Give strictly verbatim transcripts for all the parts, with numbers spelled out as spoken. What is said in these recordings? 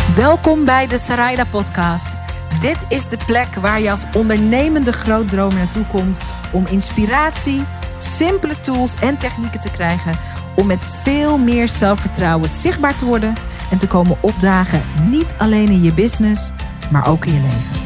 Welkom bij de Sarayda podcast. Dit is de plek waar je als ondernemende grootdromer naartoe komt om inspiratie, simpele tools en technieken te krijgen om met veel meer zelfvertrouwen zichtbaar te worden en te komen opdagen, niet alleen in je business, maar ook in je leven.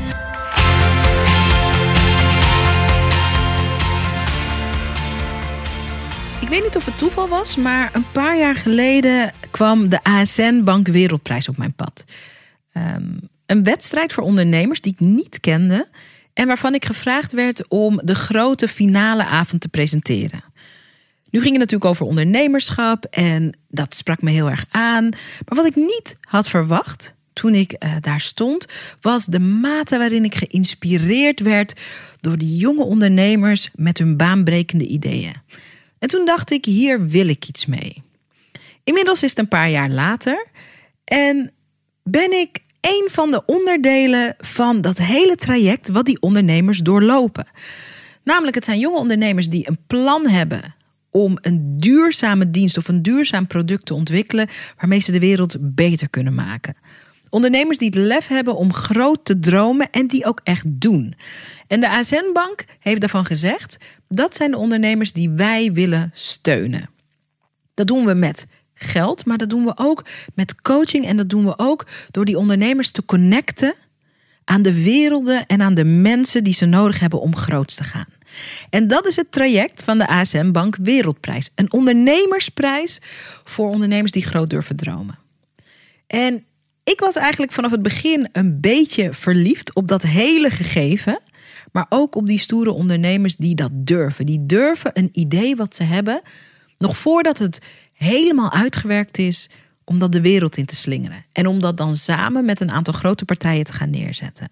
Ik weet niet of het toeval was, maar een paar jaar geleden kwam de A S N Bank Wereldprijs op mijn pad. Um, een wedstrijd voor ondernemers die ik niet kende en waarvan ik gevraagd werd om de grote finale avond te presenteren. Nu ging het natuurlijk over ondernemerschap en dat sprak me heel erg aan. Maar wat ik niet had verwacht toen ik uh, daar stond, was de mate waarin ik geïnspireerd werd door die jonge ondernemers met hun baanbrekende ideeën. En toen dacht ik, hier wil ik iets mee. Inmiddels is het een paar jaar later en ben ik een van de onderdelen van dat hele traject wat die ondernemers doorlopen. Namelijk, het zijn jonge ondernemers die een plan hebben om een duurzame dienst of een duurzaam product te ontwikkelen waarmee ze de wereld beter kunnen maken. Ondernemers die het lef hebben om groot te dromen en die ook echt doen. En de A S N Bank heeft daarvan gezegd, dat zijn de ondernemers die wij willen steunen. Dat doen we met geld, maar dat doen we ook met coaching en dat doen we ook door die ondernemers te connecten aan de werelden en aan de mensen die ze nodig hebben om groot te gaan. En dat is het traject van de A S N Bank Wereldprijs. Een ondernemersprijs voor ondernemers die groot durven dromen. En ik was eigenlijk vanaf het begin een beetje verliefd op dat hele gegeven, maar ook op die stoere ondernemers die dat durven. Die durven een idee wat ze hebben, nog voordat het helemaal uitgewerkt is, om dat de wereld in te slingeren. En om dat dan samen met een aantal grote partijen te gaan neerzetten.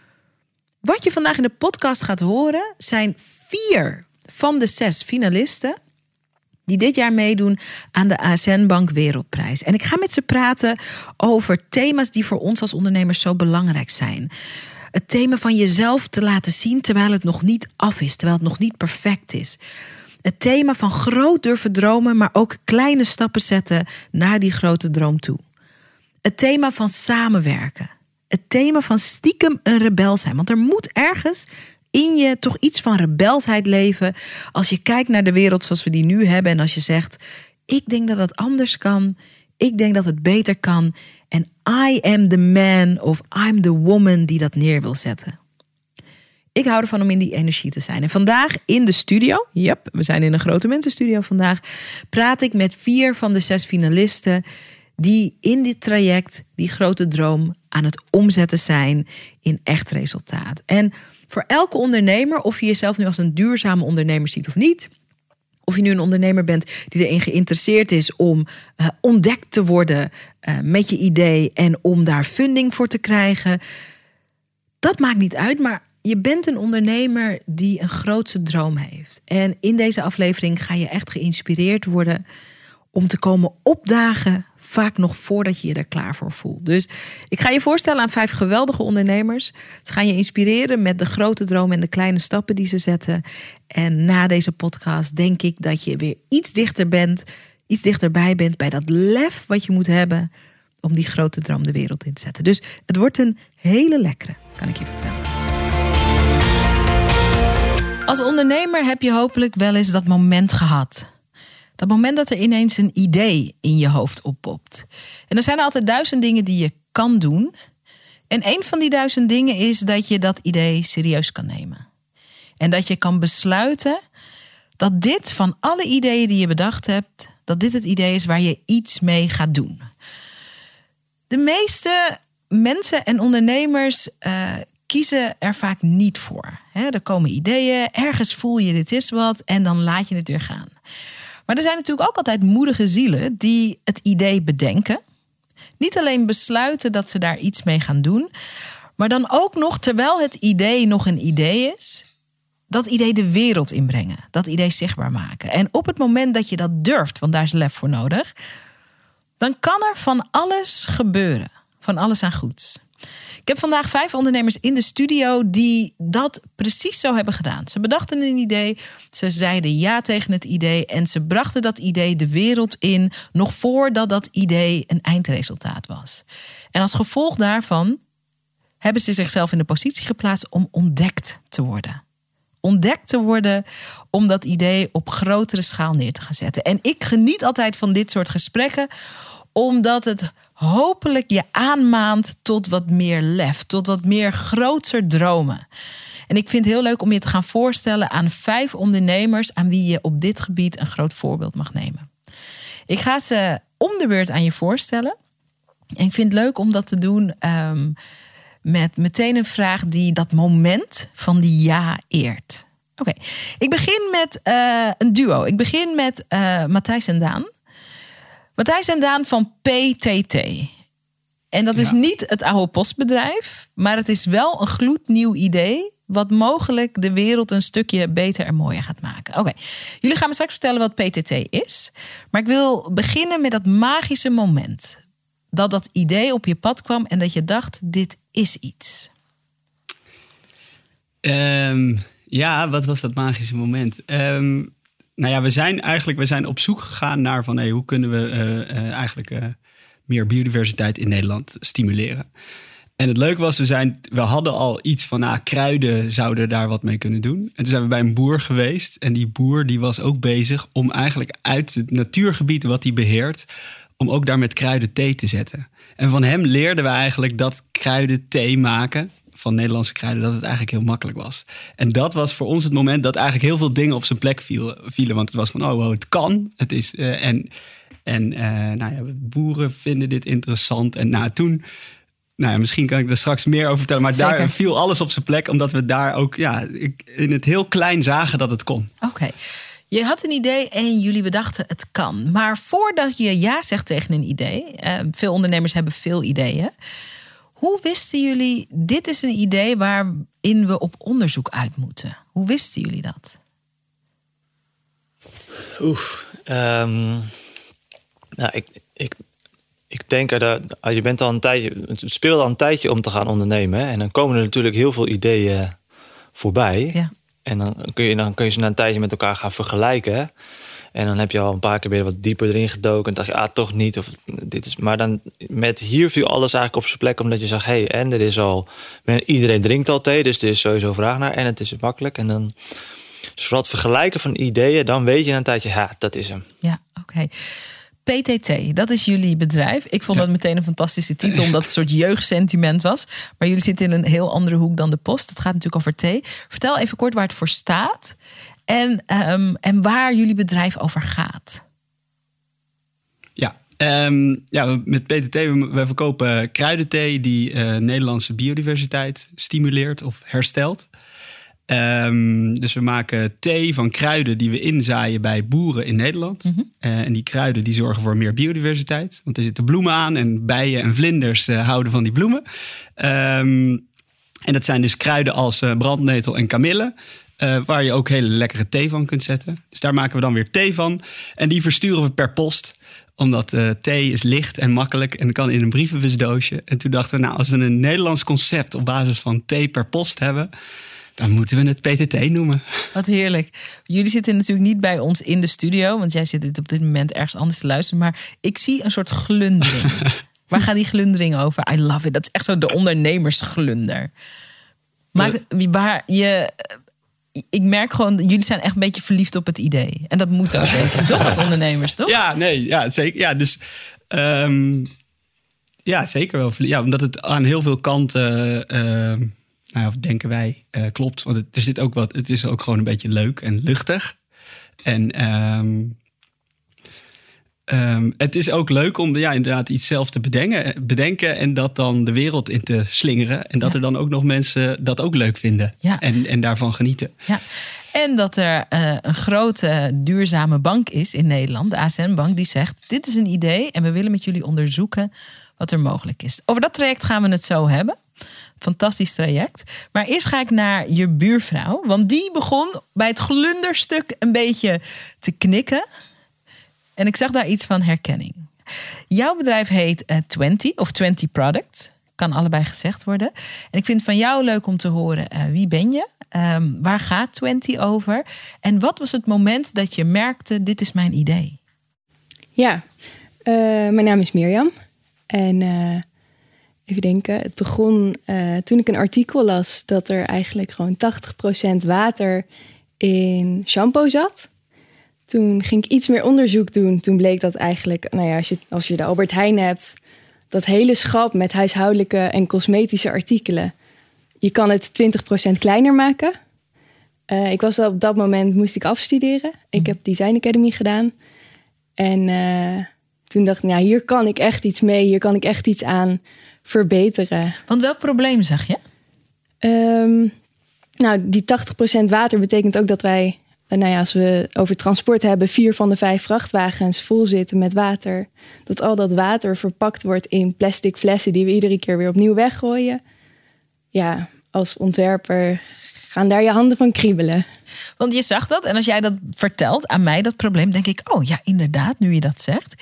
Wat je vandaag in de podcast gaat horen, zijn vier van de zes finalisten die dit jaar meedoen aan de A S N Bank Wereldprijs. En ik ga met ze praten over thema's die voor ons als ondernemers zo belangrijk zijn. Het thema van jezelf te laten zien terwijl het nog niet af is, terwijl het nog niet perfect is. Het thema van groot durven dromen, maar ook kleine stappen zetten naar die grote droom toe. Het thema van samenwerken. Het thema van stiekem een rebel zijn. Want er moet ergens in je toch iets van rebelsheid leven als je kijkt naar de wereld zoals we die nu hebben en als je zegt, ik denk dat het anders kan, ik denk dat het beter kan en I am the man of I'm the woman die dat neer wil zetten. Ik hou ervan om in die energie te zijn. En vandaag in de studio, yep, we zijn in een grote mensenstudio vandaag, praat ik met vier van de zes finalisten die in dit traject die grote droom aan het omzetten zijn in echt resultaat. En voor elke ondernemer, of je jezelf nu als een duurzame ondernemer ziet of niet, of je nu een ondernemer bent die erin geïnteresseerd is om uh, ontdekt te worden uh, met je idee en om daar funding voor te krijgen, dat maakt niet uit, maar je bent een ondernemer die een grootse droom heeft. En in deze aflevering ga je echt geïnspireerd worden om te komen opdagen, vaak nog voordat je je er klaar voor voelt. Dus ik ga je voorstellen aan vijf geweldige ondernemers. Ze gaan je inspireren met de grote dromen en de kleine stappen die ze zetten. En na deze podcast denk ik dat je weer iets dichter bent, iets dichterbij bent bij dat lef wat je moet hebben om die grote droom de wereld in te zetten. Dus het wordt een hele lekkere, kan ik je vertellen. Als ondernemer heb je hopelijk wel eens dat moment gehad. Dat moment dat er ineens een idee in je hoofd oppopt. En er zijn altijd duizend dingen die je kan doen. En een van die duizend dingen is dat je dat idee serieus kan nemen. En dat je kan besluiten dat dit van alle ideeën die je bedacht hebt, dat dit het idee is waar je iets mee gaat doen. De meeste mensen en ondernemers uh, kiezen er vaak niet voor. He, er komen ideeën, ergens voel je dit is wat en dan laat je het weer gaan. Maar er zijn natuurlijk ook altijd moedige zielen die het idee bedenken. Niet alleen besluiten dat ze daar iets mee gaan doen, maar dan ook nog, terwijl het idee nog een idee is, dat idee de wereld inbrengen. Dat idee zichtbaar maken. En op het moment dat je dat durft, want daar is lef voor nodig, dan kan er van alles gebeuren. Van alles aan goeds. Ik heb vandaag vijf ondernemers in de studio die dat precies zo hebben gedaan. Ze bedachten een idee, ze zeiden ja tegen het idee en ze brachten dat idee de wereld in nog voordat dat idee een eindresultaat was. En als gevolg daarvan hebben ze zichzelf in de positie geplaatst om ontdekt te worden. Ontdekt te worden om dat idee op grotere schaal neer te gaan zetten. En ik geniet altijd van dit soort gesprekken, omdat het hopelijk je aanmaant tot wat meer lef, tot wat meer grootser dromen. En ik vind het heel leuk om je te gaan voorstellen aan vijf ondernemers aan wie je op dit gebied een groot voorbeeld mag nemen. Ik ga ze om de beurt aan je voorstellen. En ik vind het leuk om dat te doen um, met meteen een vraag die dat moment van die ja eert. Oké, okay. Ik begin met uh, een duo. Ik begin met uh, Matthijs en Daan. Matthijs en Daan van P T T. En dat is ja. niet het oude postbedrijf, maar het is wel een gloednieuw idee wat mogelijk de wereld een stukje beter en mooier gaat maken. Oké, okay. Jullie gaan me straks vertellen wat P T T is. Maar ik wil beginnen met dat magische moment. Dat dat idee op je pad kwam en dat je dacht, dit is iets. Um, ja, wat was dat magische moment? Um, nou ja, we zijn eigenlijk we zijn op zoek gegaan naar van hey, hoe kunnen we uh, uh, eigenlijk uh, meer biodiversiteit in Nederland stimuleren. En het leuke was, we, zijn, we hadden al iets van ah, kruiden zouden daar wat mee kunnen doen. En toen zijn we bij een boer geweest. En die boer die was ook bezig om eigenlijk uit het natuurgebied wat hij beheert, om ook daar met kruiden thee te zetten. En van hem leerden we eigenlijk dat kruiden thee maken van Nederlandse kruiden, dat het eigenlijk heel makkelijk was. En dat was voor ons het moment dat eigenlijk heel veel dingen op zijn plek viel, vielen. Want het was van, oh, wow, het kan. Het is, uh, en en uh, nou ja, boeren vinden dit interessant. En nou, toen, nou ja, misschien kan ik er straks meer over vertellen. Maar Zeker. Daar viel alles op zijn plek, omdat we daar ook ja, in het heel klein zagen dat het kon. Oké. Okay. Je had een idee en jullie bedachten het kan. Maar voordat je ja zegt tegen een idee, uh, veel ondernemers hebben veel ideeën. Hoe wisten jullie, dit is een idee waarin we op onderzoek uit moeten? Hoe wisten jullie dat? Oef, um, nou, ik, ik, ik denk dat je bent al een tijdje, het speelt al een tijdje om te gaan ondernemen. Hè? En dan komen er natuurlijk heel veel ideeën voorbij. Ja. En dan kun, je, dan kun je ze na een tijdje met elkaar gaan vergelijken. En dan heb je al een paar keer weer wat dieper erin gedoken. En dacht je, ah, toch niet. Of, dit is, maar dan met hier viel alles eigenlijk op zijn plek. Omdat je zag, hé, hey, en er is al, iedereen drinkt al thee. Dus er is sowieso vraag naar. En het is makkelijk. En dan, dus vooral het vergelijken van ideeën. Dan weet je na een tijdje, ja, dat is hem. Ja, oké. Okay. P T T, dat is jullie bedrijf. Ik vond ja. dat meteen een fantastische titel, omdat het een soort jeugdsentiment was. Maar jullie zitten in een heel andere hoek dan de post. Het gaat natuurlijk over thee. Vertel even kort waar het voor staat en, um, en waar jullie bedrijf over gaat. Ja, um, ja met P T T, we, we verkopen kruidenthee die uh, Nederlandse biodiversiteit stimuleert of herstelt. Um, dus we maken thee van kruiden die we inzaaien bij boeren in Nederland. Mm-hmm. Uh, en die kruiden die zorgen voor meer biodiversiteit. Want er zitten bloemen aan en bijen en vlinders uh, houden van die bloemen. Um, en dat zijn dus kruiden als uh, brandnetel en kamille. Uh, waar je ook hele lekkere thee van kunt zetten. Dus daar maken we dan weer thee van. En die versturen we per post. Omdat uh, thee is licht en makkelijk en kan in een brievenbusdoosje. En toen dachten we, nou, als we een Nederlands concept op basis van thee per post hebben, dan moeten we het P T T noemen. Wat heerlijk. Jullie zitten natuurlijk niet bij ons in de studio, want jij zit op dit moment ergens anders te luisteren. Maar ik zie een soort glundering. Waar gaat die glundering over? I love it. Dat is echt zo de ondernemersglunder. Maar waar je, ik merk gewoon, jullie zijn echt een beetje verliefd op het idee. En dat moet ook, denk ik, toch, als ondernemers, toch? Ja, nee, ja, zeker. Ja, dus um, ja, zeker wel. Ja, omdat het aan heel veel kanten, uh, nou, denken wij, uh, klopt. Want het, er zit ook wat, het is ook gewoon een beetje leuk en luchtig. En um, um, het is ook leuk om ja, inderdaad iets zelf te bedenken, bedenken en dat dan de wereld in te slingeren. En dat ja. er dan ook nog mensen dat ook leuk vinden ja. en, en daarvan genieten. Ja. En dat er uh, een grote duurzame bank is in Nederland, de A S N-bank, die zegt, dit is een idee en we willen met jullie onderzoeken wat er mogelijk is. Over dat traject gaan we het zo hebben. Fantastisch traject. Maar eerst ga ik naar je buurvrouw. Want die begon bij het glunderstuk een beetje te knikken. En ik zag daar iets van herkenning. Jouw bedrijf heet uh, twintig of twintig Product. Kan allebei gezegd worden. En ik vind het van jou leuk om te horen, uh, wie ben je? Um, waar gaat twintig over? En wat was het moment dat je merkte, dit is mijn idee? Ja, uh, mijn naam is Mirjam. En uh, even denken, het begon uh, toen ik een artikel las dat er eigenlijk gewoon tachtig procent water in shampoo zat. Toen ging ik iets meer onderzoek doen. Toen bleek dat eigenlijk, nou ja, als je, als je de Albert Heijn hebt, dat hele schap met huishoudelijke en cosmetische artikelen, je kan het twintig procent kleiner maken. Uh, ik was op dat moment, moest ik afstuderen. Ik heb Design Academy gedaan. En uh, toen dacht ik, nou, hier kan ik echt iets mee. Hier kan ik echt iets aan verbeteren. Want welk probleem zag je? Um, nou, die tachtig procent water betekent ook dat wij, nou ja, als we over transport hebben, vier van de vijf vrachtwagens vol zitten met water. Dat al dat water verpakt wordt in plastic flessen die we iedere keer weer opnieuw weggooien. Ja, als ontwerper gaan daar je handen van kriebelen. Want je zag dat en als jij dat vertelt aan mij, dat probleem, denk ik, oh ja, inderdaad, nu je dat zegt.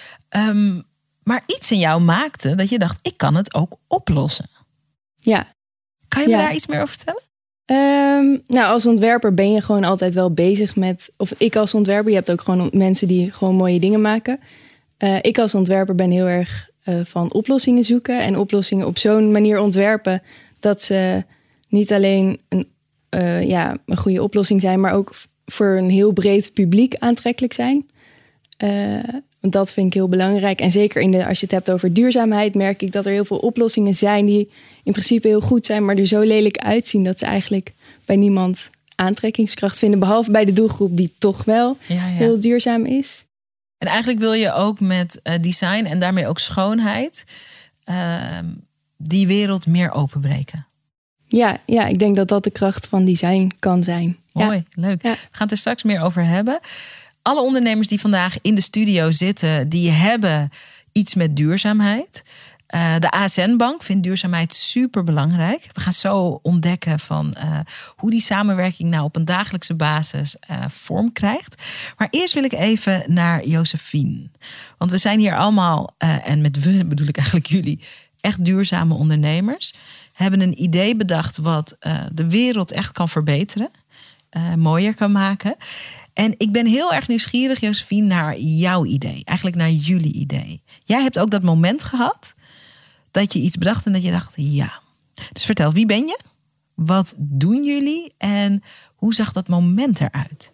Um, maar iets in jou maakte dat je dacht, ik kan het ook oplossen. Ja. Kan je me ja. daar iets meer over vertellen? Um, nou, als ontwerper ben je gewoon altijd wel bezig met, of ik als ontwerper, je hebt ook gewoon mensen die gewoon mooie dingen maken. Uh, ik als ontwerper ben heel erg uh, van oplossingen zoeken en oplossingen op zo'n manier ontwerpen dat ze niet alleen een, uh, ja, een goede oplossing zijn, maar ook voor een heel breed publiek aantrekkelijk zijn. Uh, want dat vind ik heel belangrijk. En zeker in de, als je het hebt over duurzaamheid, merk ik dat er heel veel oplossingen zijn die in principe heel goed zijn, maar er zo lelijk uitzien dat ze eigenlijk bij niemand aantrekkingskracht vinden, behalve bij de doelgroep die toch wel ja, ja. heel duurzaam is. En eigenlijk wil je ook met uh, design en daarmee ook schoonheid uh, die wereld meer openbreken. Ja, ja, ik denk dat dat de kracht van design kan zijn. Mooi, ja. leuk. Ja. We gaan het er straks meer over hebben. Alle ondernemers die vandaag in de studio zitten, die hebben iets met duurzaamheid. Uh, de A S N-bank vindt duurzaamheid super belangrijk. We gaan zo ontdekken van uh, hoe die samenwerking nou op een dagelijkse basis uh, vorm krijgt. Maar eerst wil ik even naar Josephine. Want we zijn hier allemaal, uh, en met we bedoel ik eigenlijk jullie, echt duurzame ondernemers. Hebben een idee bedacht wat uh, de wereld echt kan verbeteren. Uh, mooier kan maken. En ik ben heel erg nieuwsgierig, Josephine, naar jouw idee. Eigenlijk naar jullie idee. Jij hebt ook dat moment gehad dat je iets bedacht en dat je dacht, ja. Dus vertel, wie ben je? Wat doen jullie? En hoe zag dat moment eruit?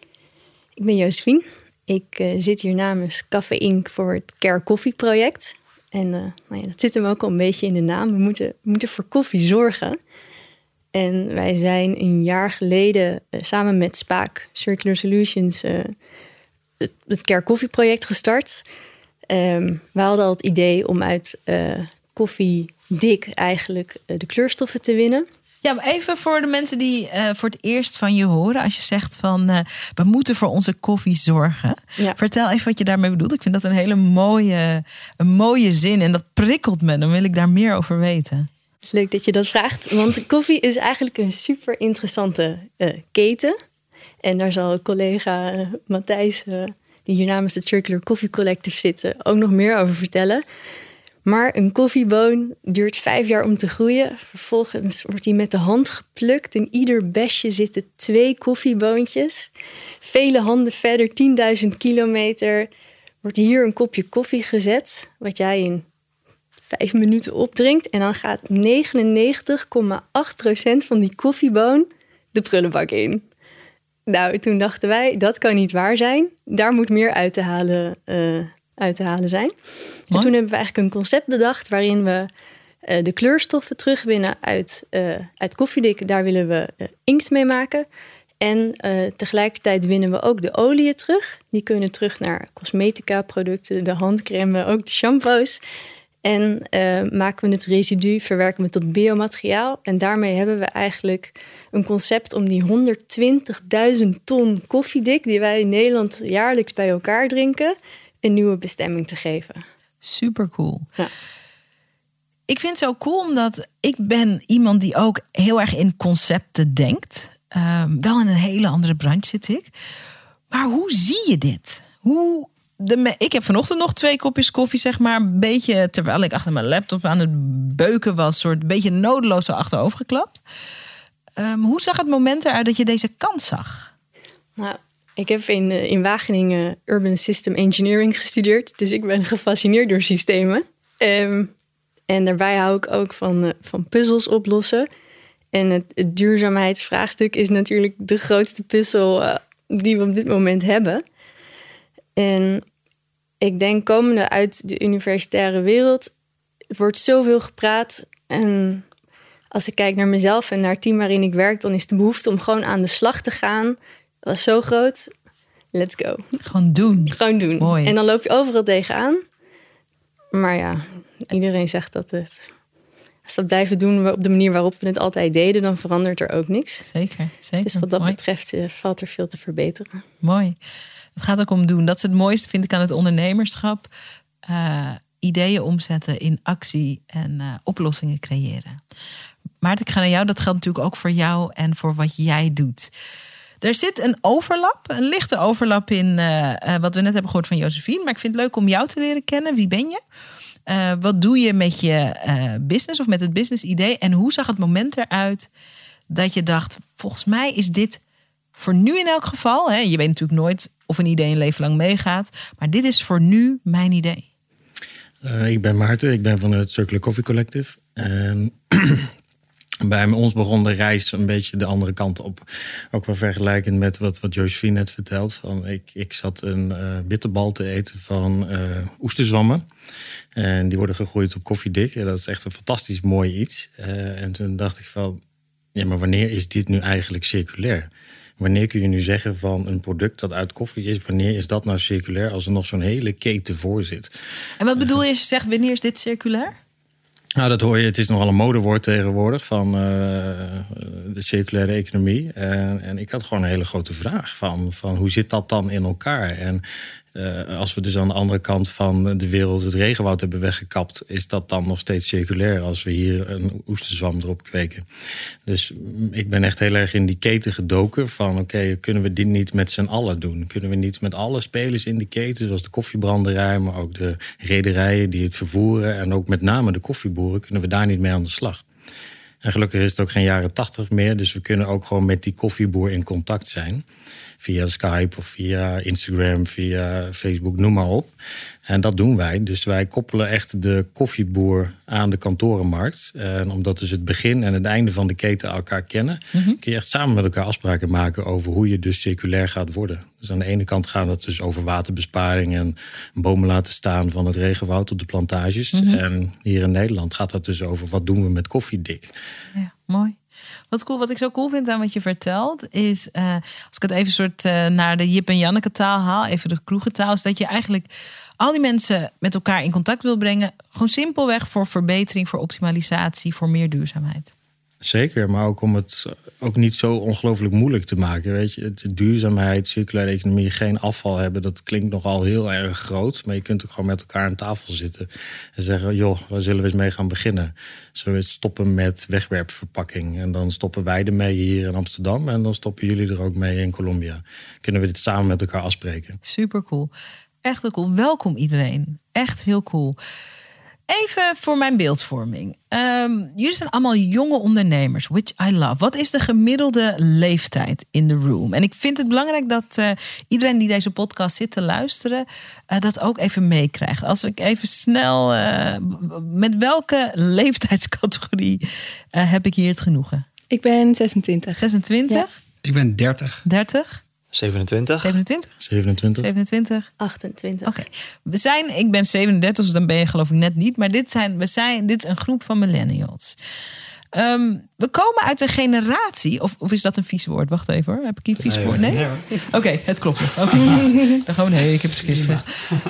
Ik ben Josephine. Ik uh, zit hier namens Café Inc voor het Care Coffee project. En uh, nou ja, dat zit hem ook al een beetje in de naam. We moeten, we moeten voor koffie zorgen. En wij zijn een jaar geleden uh, samen met Spaak Circular Solutions uh, het, het Care Coffee project gestart. Um, we hadden al het idee om uit uh, koffiedik eigenlijk uh, de kleurstoffen te winnen. Ja, maar even voor de mensen die uh, voor het eerst van je horen. Als je zegt van uh, we moeten voor onze koffie zorgen. Ja. Vertel even wat je daarmee bedoelt. Ik vind dat een hele mooie, een mooie zin en dat prikkelt me. Dan wil ik daar meer over weten. Het is leuk dat je dat vraagt. Want koffie is eigenlijk een super interessante uh, keten. En daar zal collega uh, Matthijs, uh, die hier namens het Circular Coffee Collective zit, ook nog meer over vertellen. Maar een koffieboon duurt vijf jaar om te groeien. Vervolgens wordt die met de hand geplukt. In ieder besje zitten twee koffieboontjes. Vele handen verder, tienduizend kilometer, wordt hier een kopje koffie gezet, wat jij in vijf minuten opdrinkt. En dan gaat negenennegentig komma acht procent van die koffieboon de prullenbak in. Nou, toen dachten wij, dat kan niet waar zijn. Daar moet meer uit te halen, uh, uit te halen zijn. En toen hebben we eigenlijk een concept bedacht waarin we uh, de kleurstoffen terugwinnen uit, uh, uit koffiedik. Daar willen we uh, inkt mee maken. En uh, tegelijkertijd winnen we ook de oliën terug. Die kunnen terug naar cosmetica producten, de handcrème, ook de shampoos. En uh, maken we het residu, verwerken we tot biomateriaal. En daarmee hebben we eigenlijk een concept om die honderdtwintigduizend ton koffiedik die wij in Nederland jaarlijks bij elkaar drinken, een nieuwe bestemming te geven. Super cool. Ja. Ik vind het zo cool omdat ik ben iemand die ook heel erg in concepten denkt. Um, wel in een hele andere branche zit ik. Maar hoe zie je dit? Hoe de, ik heb vanochtend nog twee kopjes koffie, zeg maar. Een beetje, terwijl ik achter mijn laptop aan het beuken was. Soort beetje nodeloos zo achterovergeklapt. Um, hoe zag het moment eruit dat je deze kans zag? Nou, ik heb in, in Wageningen Urban System Engineering gestudeerd. Dus ik ben gefascineerd door systemen. Um, en daarbij hou ik ook van, uh, van puzzels oplossen. En het, het duurzaamheidsvraagstuk is natuurlijk de grootste puzzel uh, die we op dit moment hebben. En ik denk komende uit de universitaire wereld wordt zoveel gepraat. En als ik kijk naar mezelf en naar het team waarin ik werk, dan is de behoefte om gewoon aan de slag te gaan. Dat was zo groot. Let's go. Gewoon doen. Gewoon doen. Mooi. En dan loop je overal tegenaan. Maar ja, iedereen zegt dat het... Als we dat blijven doen op de manier waarop we het altijd deden, dan verandert er ook niks. Zeker, zeker. Dus wat dat Mooi. betreft uh, valt er veel te verbeteren. Mooi. Het gaat ook om doen. Dat is het mooiste, vind ik, aan het ondernemerschap. Uh, ideeën omzetten in actie en uh, oplossingen creëren. Maarten, ik ga naar jou. Dat geldt natuurlijk ook voor jou en voor wat jij doet. Er zit een overlap, een lichte overlap in uh, uh, wat we net hebben gehoord van Josephine. Maar ik vind het leuk om jou te leren kennen. Wie ben je? Uh, wat doe je met je uh, business of met het business idee? En hoe zag het moment eruit dat je dacht, volgens mij is dit voor nu in elk geval. Hè, je weet natuurlijk nooit of een idee een leven lang meegaat. Maar dit is voor nu mijn idee. Uh, ik ben Maarten, ik ben van het Circular Coffee Collective. En bij ons begon de reis een beetje de andere kant op. Ook wel vergelijkend met wat, wat Josephine net vertelt. Van ik, ik zat een uh, bitterbal te eten van uh, oesterzwammen. En die worden gegroeid op koffiedik. En dat is echt een fantastisch mooi iets. Uh, en toen dacht ik van, ja, maar wanneer is dit nu eigenlijk circulair? Wanneer kun je nu zeggen van een product dat uit koffie is, wanneer is dat nou circulair als er nog zo'n hele keten voor zit? En wat bedoel je als je zegt, wanneer is dit circulair? Nou, dat hoor je. Het is nogal een modewoord tegenwoordig van uh, de circulaire economie. En, en ik had gewoon een hele grote vraag van, van hoe zit dat dan in elkaar? En uh, als we dus aan de andere kant van de wereld het regenwoud hebben weggekapt, is dat dan nog steeds circulair als we hier een oesterzwam erop kweken? Dus ik ben echt heel erg in die keten gedoken van oké, okay, kunnen we dit niet met z'n allen doen? Kunnen we niet met alle spelers in de keten, zoals de koffiebranderij, maar ook de rederijen die het vervoeren en ook met name de koffieboeren, kunnen we daar niet mee aan de slag? En gelukkig is het ook geen jaren tachtig meer, dus we kunnen ook gewoon met die koffieboer in contact zijn. Via Skype of via Instagram, via Facebook, noem maar op. En dat doen wij. Dus wij koppelen echt de koffieboer aan de kantorenmarkt. En omdat dus het begin en het einde van de keten elkaar kennen, mm-hmm. kun je echt samen met elkaar afspraken maken over hoe je dus circulair gaat worden. Dus aan de ene kant gaat het dus over waterbesparing en bomen laten staan van het regenwoud op de plantages. Mm-hmm. En hier in Nederland gaat dat dus over wat doen we met koffiedik. Ja, mooi. Wat cool, wat ik zo cool vind aan wat je vertelt, is uh, als ik het even soort uh, naar de Jip en Janneke taal haal, even de kroegentaal, is dat je eigenlijk al die mensen met elkaar in contact wil brengen. Gewoon simpelweg voor verbetering, voor optimalisatie, voor meer duurzaamheid. Zeker, maar ook om het ook niet zo ongelooflijk moeilijk te maken. Weet je, het, duurzaamheid, circulaire economie, geen afval hebben, dat klinkt nogal heel erg groot. Maar je kunt ook gewoon met elkaar aan tafel zitten en zeggen, joh, waar zullen we eens mee gaan beginnen? Zullen we stoppen met wegwerpverpakking? En dan stoppen wij ermee hier in Amsterdam en dan stoppen jullie er ook mee in Colombia. Kunnen we dit samen met elkaar afspreken? Super cool. Echt heel cool. Welkom iedereen. Echt heel cool. Even voor mijn beeldvorming. Um, jullie zijn allemaal jonge ondernemers, which I love. Wat is de gemiddelde leeftijd in de room? En ik vind het belangrijk dat uh, iedereen die deze podcast zit te luisteren, uh, dat ook even meekrijgt. Als ik even snel, uh, met welke leeftijdscategorie uh, heb ik hier het genoegen? Ik ben zesentwintig. zesentwintig? Ja. Ik ben dertig. dertig? zevenentwintig. zevenentwintig? zevenentwintig. zevenentwintig? achtentwintig. Oké. Okay. We zijn, ik ben zevenendertig, dus dan ben je geloof ik net niet. Maar dit, zijn, we zijn, dit is een groep van millennials. Um, we komen uit een generatie, of, of is dat een vies woord? Wacht even hoor, heb ik hier een vies woord? Nee? nee Oké, okay, het klopt nog. Oké, okay, dan gewoon nee, ik heb het verkeerd gezegd.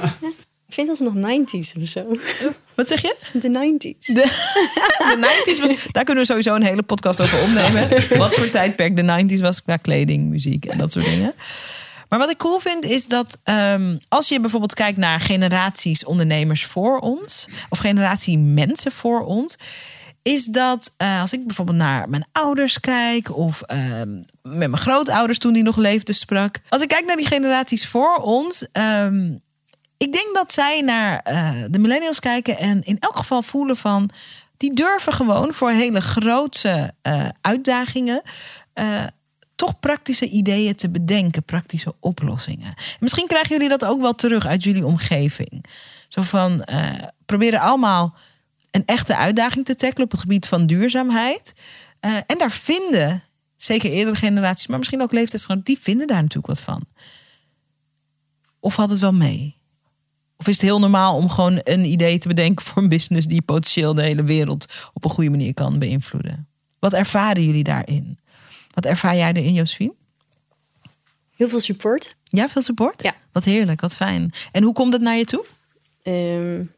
Ik vind ons nog negentig of zo. Wat zeg je? De negentig. De, de negentig was, daar kunnen we sowieso een hele podcast over opnemen. Wat voor tijdperk de negentig was qua kleding, muziek en dat soort dingen. Maar wat ik cool vind is dat um, als je bijvoorbeeld kijkt naar generaties ondernemers voor ons, of generatie mensen voor ons, is dat uh, als ik bijvoorbeeld naar mijn ouders kijk, of uh, met mijn grootouders toen die nog leefden sprak. Als ik kijk naar die generaties voor ons, um, ik denk dat zij naar uh, de millennials kijken en in elk geval voelen van, die durven gewoon voor hele grootse uh, uitdagingen uh, toch praktische ideeën te bedenken, praktische oplossingen. En misschien krijgen jullie dat ook wel terug uit jullie omgeving. Zo van, uh, proberen allemaal een echte uitdaging te tackelen op het gebied van duurzaamheid. Uh, en daar vinden, zeker eerdere generaties, maar misschien ook leeftijdsgenoten, die vinden daar natuurlijk wat van. Of valt het wel mee? Of is het heel normaal om gewoon een idee te bedenken voor een business die potentieel de hele wereld op een goede manier kan beïnvloeden? Wat ervaren jullie daarin? Wat ervaar jij erin, Josephine? Heel veel support. Ja, veel support? Ja. Wat heerlijk, wat fijn. En hoe komt het naar je toe? Um,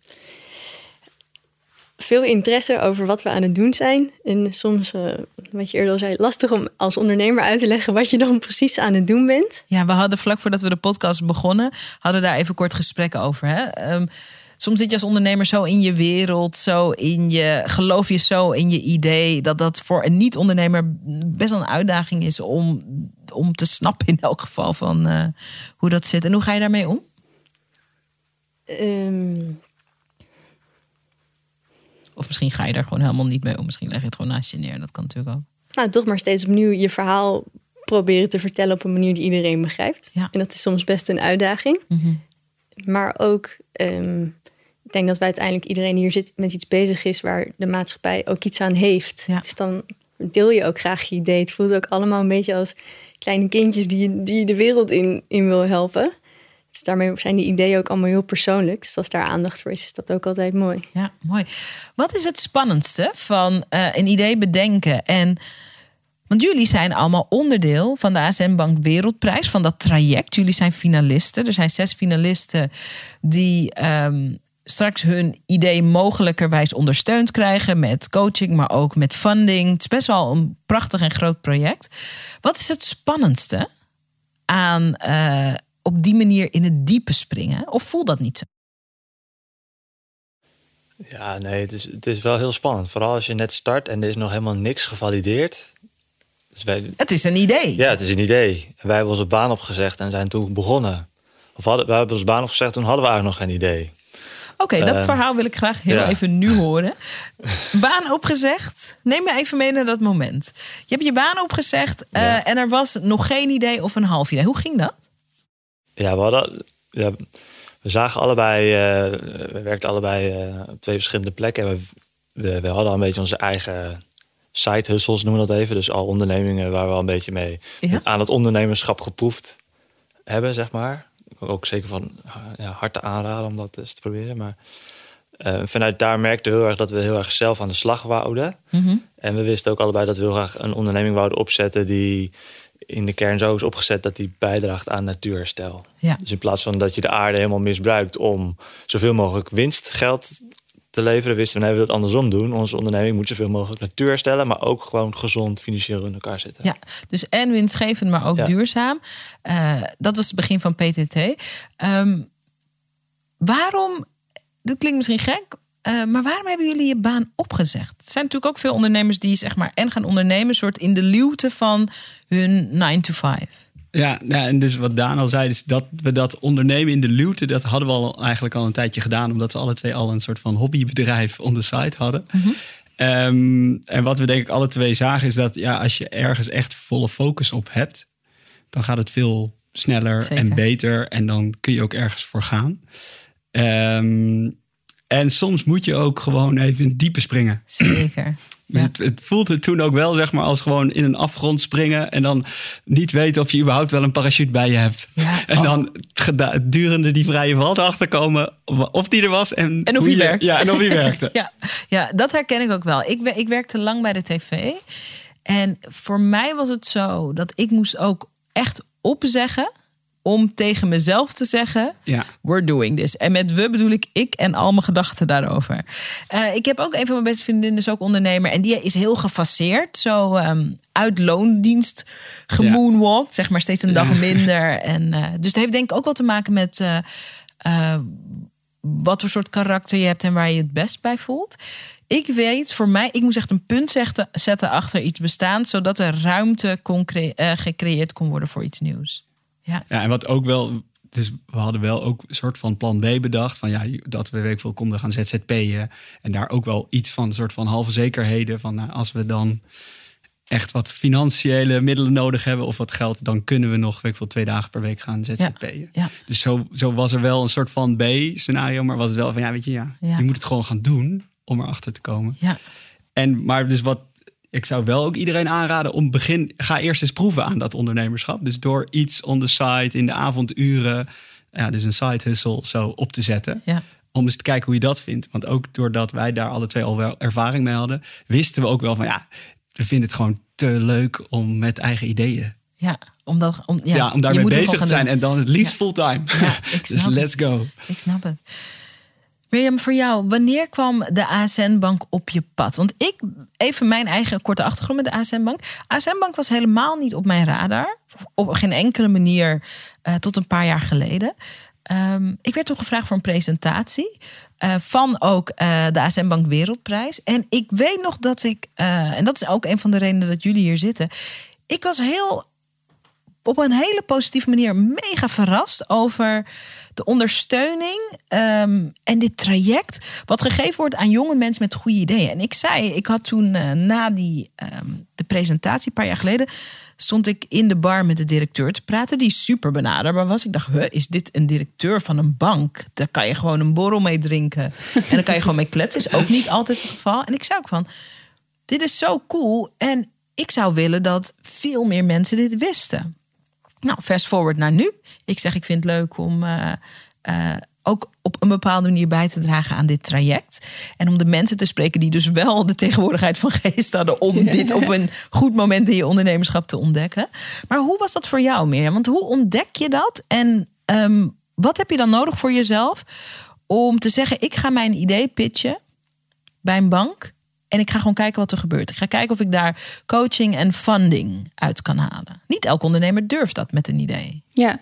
veel interesse over wat we aan het doen zijn. En soms, uh, wat je eerder al zei, lastig om als ondernemer uit te leggen wat je dan precies aan het doen bent. Ja, we hadden vlak voordat we de podcast begonnen, hadden daar even kort gesprekken over. Hè? Um, soms zit je als ondernemer zo in je wereld, zo in je, geloof je zo in je idee, dat dat voor een niet-ondernemer best wel een uitdaging is om, om te snappen in elk geval van uh, hoe dat zit. En hoe ga je daarmee om? Um... Of misschien ga je daar gewoon helemaal niet mee om. Misschien leg je het gewoon naast je neer. Dat kan natuurlijk ook. Nou, toch maar steeds opnieuw je verhaal proberen te vertellen op een manier die iedereen begrijpt. Ja. En dat is soms best een uitdaging. Mm-hmm. Maar ook, um, ik denk dat wij uiteindelijk iedereen hier zit met iets bezig is waar de maatschappij ook iets aan heeft. Ja. Dus dan deel je ook graag je idee. Het voelt ook allemaal een beetje als kleine kindjes die, die de wereld in, in wil helpen. Dus daarmee zijn die ideeën ook allemaal heel persoonlijk. Dus als daar aandacht voor is, is dat ook altijd mooi. Ja, mooi. Wat is het spannendste van uh, een idee bedenken? En, want jullie zijn allemaal onderdeel van de A S N Bank Wereldprijs, van dat traject. Jullie zijn finalisten. Er zijn zes finalisten die um, straks hun idee mogelijkerwijs ondersteund krijgen met coaching, maar ook met funding. Het is best wel een prachtig en groot project. Wat is het spannendste aan Uh, op die manier in het diepe springen? Of voelt dat niet zo? Ja, nee, het is, het is wel heel spannend. Vooral als je net start en er is nog helemaal niks gevalideerd. Dus wij, het is een idee. Ja, het is een idee. Wij hebben onze baan opgezegd en zijn toen begonnen. Of hadden, wij hebben onze baan opgezegd, toen hadden we eigenlijk nog geen idee. Oké, okay, dat uh, verhaal wil ik graag heel ja. even nu horen. Baan opgezegd. Neem me even mee naar dat moment. Je hebt je baan opgezegd uh, ja. en er was nog geen idee of een half idee. Hoe ging dat? Ja, we hadden, ja, we zagen allebei, uh, we werkten allebei uh, op twee verschillende plekken. We, we, we hadden al een beetje onze eigen side hustles, noemen we dat even. Dus al ondernemingen waar we al een beetje mee ja? aan het ondernemerschap geproefd hebben, zeg maar. Ik wil ook zeker van ja, harte aanraden om dat eens te proberen. Maar uh, vanuit daar merkten we heel erg dat we heel erg zelf aan de slag wouden. Mm-hmm. En we wisten ook allebei dat we heel graag een onderneming wouden opzetten die in de kern zo is opgezet dat die bijdraagt aan natuurherstel. Ja. Dus in plaats van dat je de aarde helemaal misbruikt om zoveel mogelijk winstgeld te leveren, wisten we, nee, we willen het andersom doen. Onze onderneming moet zoveel mogelijk natuur herstellen, maar ook gewoon gezond financieel in elkaar zitten. Ja, dus en winstgevend, maar ook ja. duurzaam. Uh, dat was het begin van P T T. Um, waarom, dit klinkt misschien gek, Uh, maar waarom hebben jullie je baan opgezegd? Er zijn natuurlijk ook veel ondernemers die zeg maar en gaan ondernemen, soort in de luwte van hun nine to five. Ja, nou, en dus wat Daan al zei, is dat we dat ondernemen in de luwte, dat hadden we al eigenlijk al een tijdje gedaan, omdat we alle twee al een soort van hobbybedrijf on the side hadden. Mm-hmm. Um, en wat we denk ik alle twee zagen is dat ja, als je ergens echt volle focus op hebt, dan gaat het veel sneller Zeker. en beter en dan kun je ook ergens voor gaan. Um, En soms moet je ook gewoon even in het diepe springen. Zeker. Dus ja. het, het voelde toen ook wel zeg maar als gewoon in een afgrond springen en dan niet weten of je überhaupt wel een parachute bij je hebt. Ja. En dan het durende die vrije val erachter komen of die er was en, en of die werkte. Ja, en of die werkte. ja, ja, dat herken ik ook wel. Ik, ik werkte lang bij de tv en voor mij was het zo dat ik moest ook echt opzeggen om tegen mezelf te zeggen, ja. we're doing this. En met we bedoel ik ik en al mijn gedachten daarover. Uh, ik heb ook een van mijn beste vriendinnen, is ook ondernemer. En die is heel gefaseerd. Zo um, uit loondienst gemoonwalkt. Ja. Zeg maar steeds een dag ja. minder. En, uh, dus het heeft denk ik ook wel te maken met Uh, uh, wat voor soort karakter je hebt en waar je het best bij voelt. Ik weet, voor mij, ik moest echt een punt zetten, zetten achter iets bestaand, zodat er ruimte kon cre- uh, gecreëerd kon worden voor iets nieuws. Ja. ja, en wat ook wel dus we hadden wel ook een soort van plan B bedacht. Van ja, dat we weet ik veel konden gaan Z Z P'en. En daar ook wel iets van een soort van halve zekerheden. Van nou, als we dan echt wat financiële middelen nodig hebben of wat geld, dan kunnen we nog weet ik veel, twee dagen per week gaan Z Z P'en. Ja, ja. Dus zo, zo was er wel een soort van B-scenario. Maar was het wel van ja, weet je, ja, Ja. je moet het gewoon gaan doen om erachter te komen. Ja. En maar dus wat ik zou wel ook iedereen aanraden om begin, ga eerst eens proeven aan dat ondernemerschap. Dus door iets on the side in de avonduren, ja, dus een side hustle zo op te zetten. Ja. Om eens te kijken hoe je dat vindt. Want ook doordat wij daar alle twee al wel ervaring mee hadden, wisten we ook wel van ja, we vinden het gewoon te leuk om met eigen ideeën. Ja, om, dat, om, ja, Ja, om je daarmee moet er bezig gewoon te gaan zijn. doen. En dan het liefst Ja. fulltime. Ja, ik snap dus let's het. go. Ik snap het. Mirjam, voor jou, wanneer kwam de A S N-bank op je pad? Want ik, even mijn eigen korte achtergrond met de A S N-bank. A S N-bank was helemaal niet op mijn radar. Op geen enkele manier uh, tot een paar jaar geleden. Um, ik werd toen gevraagd voor een presentatie uh, van ook uh, de A S N-bank Wereldprijs. En ik weet nog dat ik, uh, en dat is ook een van de redenen dat jullie hier zitten. Ik was heel op een hele positieve manier mega verrast over de ondersteuning um, en dit traject wat gegeven wordt aan jonge mensen met goede ideeën. En ik zei, ik had toen uh, na die um, de presentatie een paar jaar geleden, stond ik in de bar met de directeur te praten, die super benaderbaar was. Ik dacht, huh, is dit een directeur van een bank? Daar kan je gewoon een borrel mee drinken. En dan kan je gewoon mee kletsen. Is ook niet altijd het geval. En ik zei ook van, dit is zo cool. En ik zou willen dat veel meer mensen dit wisten. Nou, fast forward naar nu. Ik zeg, ik vind het leuk om uh, uh, ook op een bepaalde manier bij te dragen aan dit traject. En om de mensen te spreken die dus wel de tegenwoordigheid van geest hadden om dit op een goed moment in je ondernemerschap te ontdekken. Maar hoe was dat voor jou, Mirjam? Want hoe ontdek je dat? En um, wat heb je dan nodig voor jezelf om te zeggen, ik ga mijn idee pitchen bij een bank en ik ga gewoon kijken wat er gebeurt. Ik ga kijken of ik daar coaching en funding uit kan halen. Niet elke ondernemer durft dat met een idee. Ja,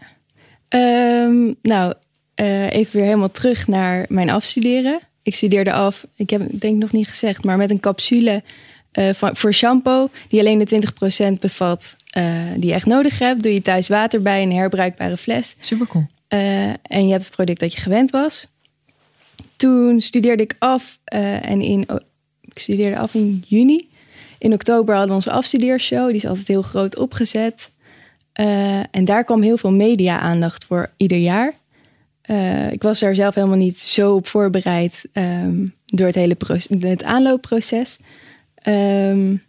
um, nou, uh, even weer helemaal terug naar mijn afstuderen. Ik studeerde af, ik heb het denk ik nog niet gezegd, maar met een capsule uh, van, voor shampoo die alleen de twintig procent bevat uh, die je echt nodig hebt. Doe je thuis water bij, een herbruikbare fles. Super cool. Uh, en je hebt het product dat je gewend was. Toen studeerde ik af uh, en in... Oh, ik studeerde af in juni. In oktober hadden we onze afstudeershow. Die is altijd heel groot opgezet. Uh, en daar kwam heel veel media-aandacht voor ieder jaar. Uh, ik was daar zelf helemaal niet zo op voorbereid um, door het hele proces, het aanloopproces. Um,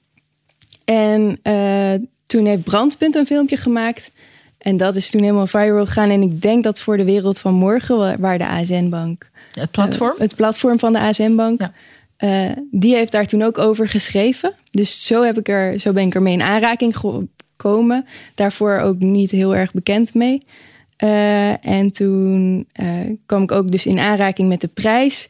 en uh, toen heeft Brandpunt een filmpje gemaakt. En dat is toen helemaal viral gegaan. En ik denk dat voor de wereld van morgen, waar de A S N-bank... Het platform? Uh, het platform van de A S N-bank... Ja. Uh, die heeft daar toen ook over geschreven. Dus zo, heb ik er, zo ben ik ermee in aanraking gekomen. Daarvoor ook niet heel erg bekend mee. Uh, en toen uh, kwam ik ook dus in aanraking met de prijs.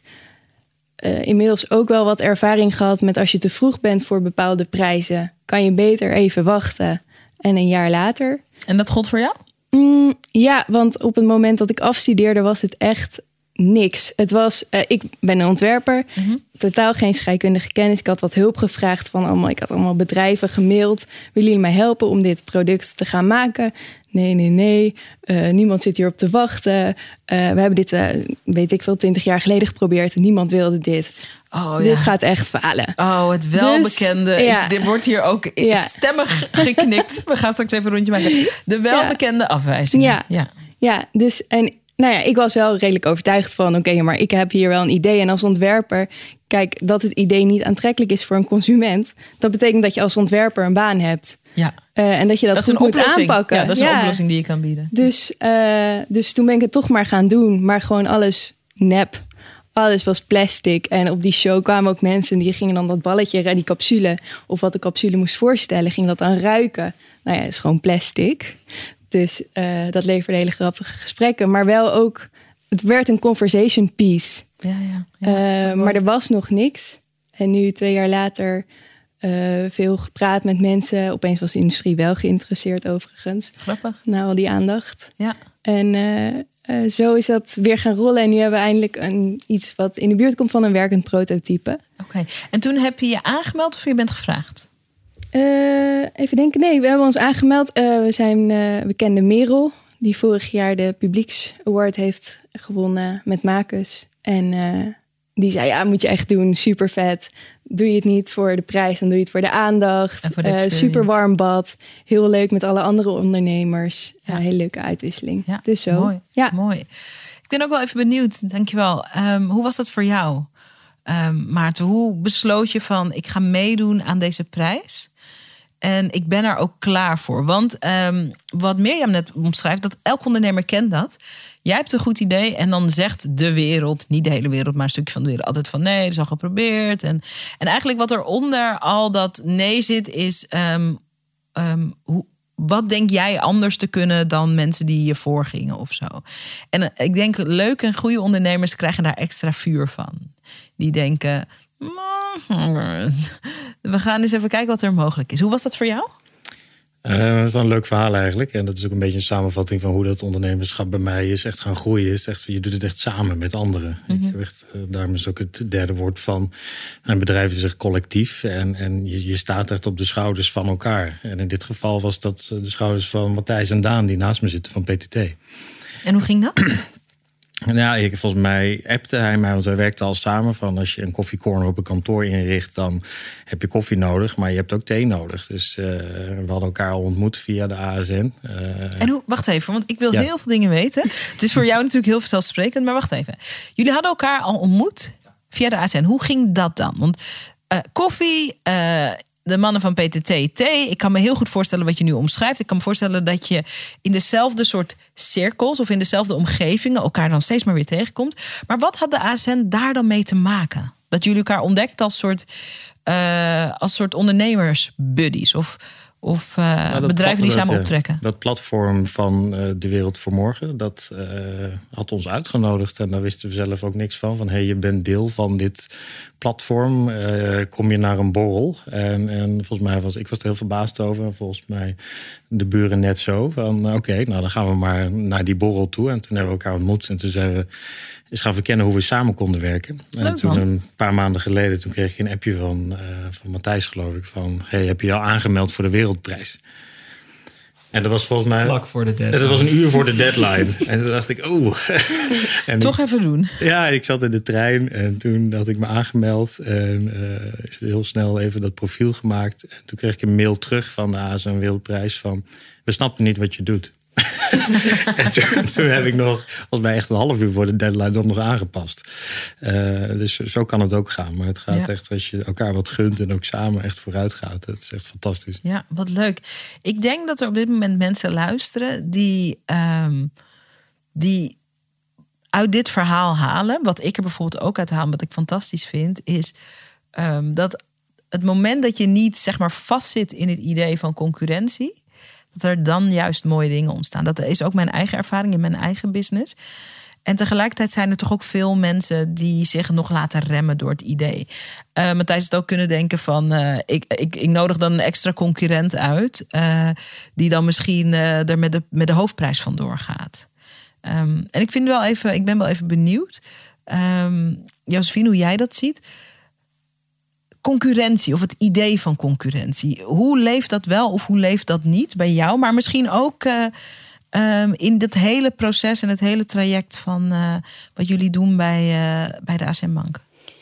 Uh, inmiddels ook wel wat ervaring gehad met als je te vroeg bent voor bepaalde prijzen, kan je beter even wachten en een jaar later. En dat gold voor jou? Mm, ja, want op het moment dat ik afstudeerde was het echt niks. Het was, uh, ik ben een ontwerper, mm-hmm. totaal geen scheikundige kennis. Ik had wat hulp gevraagd van allemaal, ik had allemaal bedrijven gemaild. Willen jullie mij helpen om dit product te gaan maken? Nee, nee, nee. Uh, niemand zit hierop te wachten. Uh, we hebben dit, uh, weet ik veel, twintig jaar geleden geprobeerd. Niemand wilde dit. Oh, dit ja. gaat echt falen. Oh, het welbekende. Dus, ja. ik, dit wordt hier ook ja. stemmig geknikt. We gaan straks even een rondje maken. De welbekende ja. afwijzing. Ja. Ja. ja, dus en nou ja, ik was wel redelijk overtuigd van, oké, okay, maar ik heb hier wel een idee. En als ontwerper, kijk, dat het idee niet aantrekkelijk is voor een consument, dat betekent dat je als ontwerper een baan hebt. Ja. Uh, en dat je dat, dat goed moet aanpakken. Ja, dat is ja. een oplossing die je kan bieden. Dus, uh, dus toen ben ik het toch maar gaan doen. Maar gewoon alles nep. Alles was plastic. En op die show kwamen ook mensen die gingen dan dat balletje, die capsule, of wat de capsule moest voorstellen, ging dat dan ruiken. Nou ja, het is gewoon plastic. Dus uh, dat leverde hele grappige gesprekken. Maar wel ook, het werd een conversation piece. Ja, ja, ja. Uh, maar er was nog niks. En nu, twee jaar later, uh, veel gepraat met mensen. Opeens was de industrie wel geïnteresseerd overigens. Grappig. Na al die aandacht. Ja. En uh, uh, zo is dat weer gaan rollen. En nu hebben we eindelijk een, iets wat in de buurt komt van een werkend prototype. Oké. Okay. En toen heb je je aangemeld of je bent gevraagd? Uh, even denken. Nee, we hebben ons aangemeld. Uh, we, zijn, uh, we kenden Merel, die vorig jaar de Publieks Award heeft gewonnen met Macus. En uh, die zei, ja, moet je echt doen, super vet. Doe je het niet voor de prijs, dan doe je het voor de aandacht. En voor de uh, super warm bad, heel leuk met alle andere ondernemers. Ja. Uh, hele leuke uitwisseling. Ja, dus zo. Mooi, ja. mooi. Ik ben ook wel even benieuwd, dankjewel. Um, hoe was dat voor jou, um, Maarten? Hoe besloot je van, ik ga meedoen aan deze prijs? En ik ben er ook klaar voor. Want um, wat Mirjam net omschrijft, dat elk ondernemer kent dat. Jij hebt een goed idee en dan zegt de wereld, niet de hele wereld, maar een stukje van de wereld, altijd van nee, dat is al geprobeerd. En, en eigenlijk wat eronder al dat nee zit is, um, um, hoe, wat denk jij anders te kunnen dan mensen die je voorgingen of zo? En uh, ik denk, leuke en goede ondernemers krijgen daar extra vuur van. Die denken, we gaan eens even kijken wat er mogelijk is. Hoe was dat voor jou? Uh, dat is wel een leuk verhaal eigenlijk. En dat is ook een beetje een samenvatting van hoe dat ondernemerschap bij mij is echt gaan groeien. Is echt, je doet het echt samen met anderen. Mm-hmm. Ik heb echt, uh, daarom is ook het derde woord van een bedrijf is echt collectief. En, en je, je staat echt op de schouders van elkaar. En in dit geval was dat de schouders van Matthijs en Daan die naast me zitten van P T T. En hoe ging dat? Ja, ik, volgens mij appte hij mij, want wij werkten al samen van als je een koffiecorner op een kantoor inricht, dan heb je koffie nodig, maar je hebt ook thee nodig. Dus uh, we hadden elkaar al ontmoet via de A S N. Uh, en hoe, wacht even, want ik wil ja. heel veel dingen weten. Het is voor jou natuurlijk heel vanzelfsprekend, maar wacht even. Jullie hadden elkaar al ontmoet via de A S N. Hoe ging dat dan? Want uh, koffie, uh, de mannen van P T T thee. Ik kan me heel goed voorstellen wat je nu omschrijft. Ik kan me voorstellen dat je in dezelfde soort cirkels of in dezelfde omgevingen elkaar dan steeds maar weer tegenkomt. Maar wat had de A S N daar dan mee te maken? Dat jullie elkaar ontdekt als soort, uh, als soort ondernemersbuddies of, of uh, nou, bedrijven die samen optrekken? Dat platform van uh, De Wereld voor Morgen, dat uh, had ons uitgenodigd. En daar wisten we zelf ook niks van. Van hé, hey, je bent deel van dit platform. Uh, kom je naar een borrel? En, en volgens mij was ik was er heel verbaasd over. En volgens mij de buren net zo. Van oké, okay, nou dan gaan we maar naar die borrel toe. En toen hebben we elkaar ontmoet. En toen zijn we eens gaan verkennen hoe we samen konden werken. Leuk, en toen man. een paar maanden geleden, toen kreeg ik een appje van, uh, van Matthijs, geloof ik. Van hey, heb je je al aangemeld voor de Wereldprijs? En dat was volgens mij vlak voor de deadline. Dat was een uur voor de deadline. En toen dacht ik, oh. En toch ik, even doen. Ja, ik zat in de trein en toen had ik me aangemeld. En uh, is heel snel even dat profiel gemaakt. En toen kreeg ik een mail terug van de A S N Wereldprijs van, we snappen niet wat je doet. En toen, toen heb ik nog, volgens mij echt een half uur voor de deadline, dat nog aangepast. Uh, dus zo kan het ook gaan. Maar het gaat ja. echt als je elkaar wat gunt en ook samen echt vooruit gaat. Het is echt fantastisch. Ja, wat leuk. Ik denk dat er op dit moment mensen luisteren die, um, die uit dit verhaal halen. Wat ik er bijvoorbeeld ook uit haal, wat ik fantastisch vind, is um, dat het moment dat je niet zeg maar vastzit in het idee van concurrentie, dat er dan juist mooie dingen ontstaan. Dat is ook mijn eigen ervaring in mijn eigen business. En tegelijkertijd zijn er toch ook veel mensen die zich nog laten remmen door het idee. Uh, Matthijs het ook kunnen denken van, uh, ik, ik, ik nodig dan een extra concurrent uit, Uh, die dan misschien uh, er met de, met de hoofdprijs vandoor gaat. Um, en ik vind wel even, ik ben wel even benieuwd, Um, Josephine, hoe jij dat ziet. Concurrentie of het idee van concurrentie. Hoe leeft dat wel of hoe leeft dat niet bij jou? Maar misschien ook uh, um, in dit hele proces en het hele traject van uh, wat jullie doen bij, uh, bij de A S N Bank.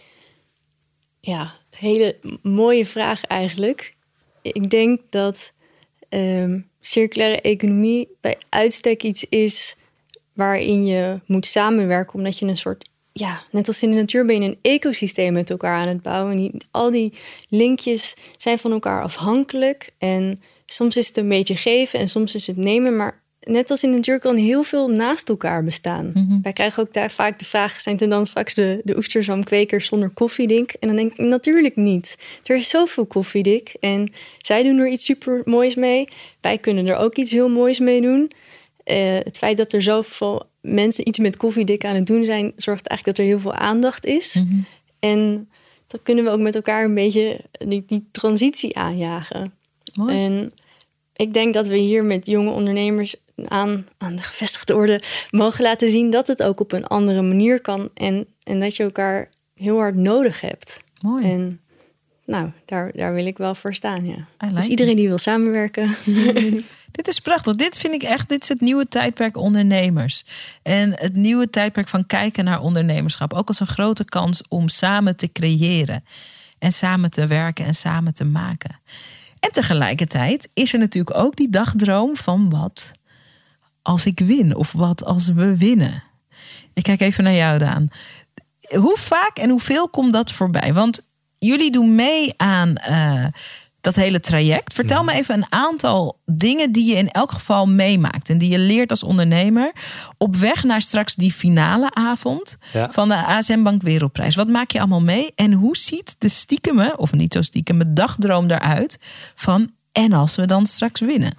Ja, hele mooie vraag eigenlijk. Ik denk dat um, circulaire economie bij uitstek iets is waarin je moet samenwerken, omdat je een soort, ja, net als in de natuur ben je een ecosysteem met elkaar aan het bouwen. En die, al die linkjes zijn van elkaar afhankelijk. En soms is het een beetje geven en soms is het nemen. Maar net als in de natuur kan heel veel naast elkaar bestaan. Mm-hmm. Wij krijgen ook daar vaak de vraag, zijn er dan straks de, de oesterzamkwekers zonder koffiedik? En dan denk ik, natuurlijk niet. Er is zoveel koffiedik en zij doen er iets super moois mee. Wij kunnen er ook iets heel moois mee doen. Uh, het feit dat er zoveel mensen iets met koffiedik aan het doen zijn, zorgt eigenlijk dat er heel veel aandacht is. Mm-hmm. En dan kunnen we ook met elkaar een beetje die, die transitie aanjagen. Mooi. En ik denk dat we hier met jonge ondernemers aan, aan de gevestigde orde mogen laten zien dat het ook op een andere manier kan. En, en dat je elkaar heel hard nodig hebt. Mooi. En nou, daar, daar wil ik wel voor staan, ja. like Dus iedereen it. die wil samenwerken. Dit is prachtig. Dit vind ik echt, dit is het nieuwe tijdperk ondernemers. En het nieuwe tijdperk van kijken naar ondernemerschap. Ook als een grote kans om samen te creëren. En samen te werken en samen te maken. En tegelijkertijd is er natuurlijk ook die dagdroom van wat als ik win. Of wat als we winnen. Ik kijk even naar jou, Daan. Hoe vaak en hoeveel komt dat voorbij? Want jullie doen mee aan uh, dat hele traject. Vertel me even een aantal dingen die je in elk geval meemaakt. En die je leert als ondernemer. Op weg naar straks die finale avond Ja. van de A S N Bank Wereldprijs. Wat maak je allemaal mee? En hoe ziet de stiekeme, of niet zo stiekeme, dagdroom eruit van en als we dan straks winnen?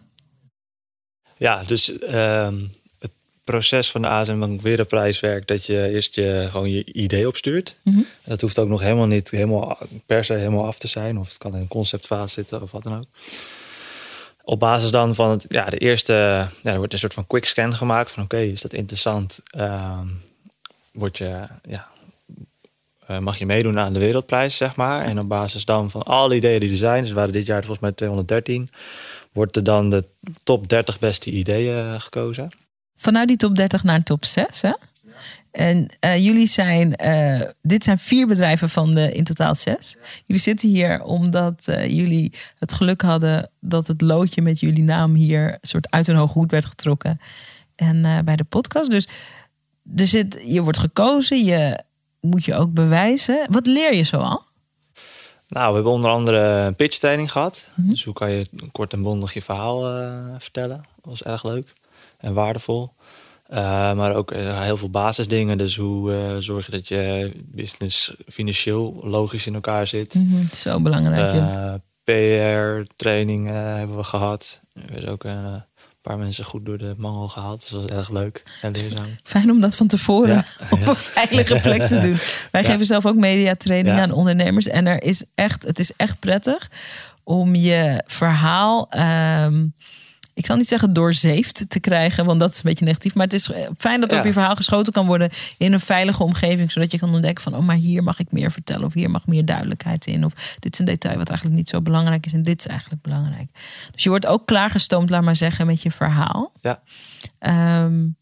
Ja, dus uh, het proces van de A S N Bank Wereldprijs werkt dat je eerst je, gewoon je idee opstuurt. Mm-hmm. En dat hoeft ook nog helemaal niet helemaal per se helemaal af te zijn. Of het kan in een conceptfase zitten of wat dan ook. Op basis dan van het, ja, de eerste, ja, er wordt een soort van quick scan gemaakt van oké, okay, is dat interessant? Uh, word je, ja, uh, mag je meedoen aan de wereldprijs, zeg maar. En op basis dan van alle ideeën die er zijn, dus er waren dit jaar volgens mij tweehonderddertien, wordt er dan de top dertig beste ideeën gekozen. Vanuit die top dertig naar een top zes, hè? En uh, jullie zijn, uh, dit zijn vier bedrijven van de in totaal zes. Jullie zitten hier omdat uh, jullie het geluk hadden dat het loodje met jullie naam hier een soort uit een hoge hoed werd getrokken. En uh, bij de podcast. Dus er zit, je wordt gekozen, je moet je ook bewijzen. Wat leer je zoal? Nou, we hebben onder andere een pitch training gehad. Mm-hmm. Dus hoe kan je kort en bondig je verhaal uh, vertellen? Dat was erg leuk en waardevol. Uh, maar ook uh, heel veel basisdingen. Dus hoe uh, zorg je dat je business financieel logisch in elkaar zit. Mm-hmm. Zo belangrijk. Uh, P R-training uh, hebben we gehad. Er werden ook een uh, paar mensen goed door de mangel gehaald. Dus dat was erg leuk en leerzaam. Fijn om dat van tevoren Ja. op Ja. een veilige plek te doen. Wij Ja. geven zelf ook mediatraining Ja. aan ondernemers. En er is echt, het is echt prettig om je verhaal... Um, ik zal niet zeggen doorzeefd te krijgen, want dat is een beetje negatief. Maar het is fijn dat er Ja. op je verhaal geschoten kan worden in een veilige omgeving. Zodat je kan ontdekken van, oh, maar hier mag ik meer vertellen. Of hier mag meer duidelijkheid in. Of dit is een detail wat eigenlijk niet zo belangrijk is. En dit is eigenlijk belangrijk. Dus je wordt ook klaargestoomd, laat maar zeggen, met je verhaal. Ja. Um,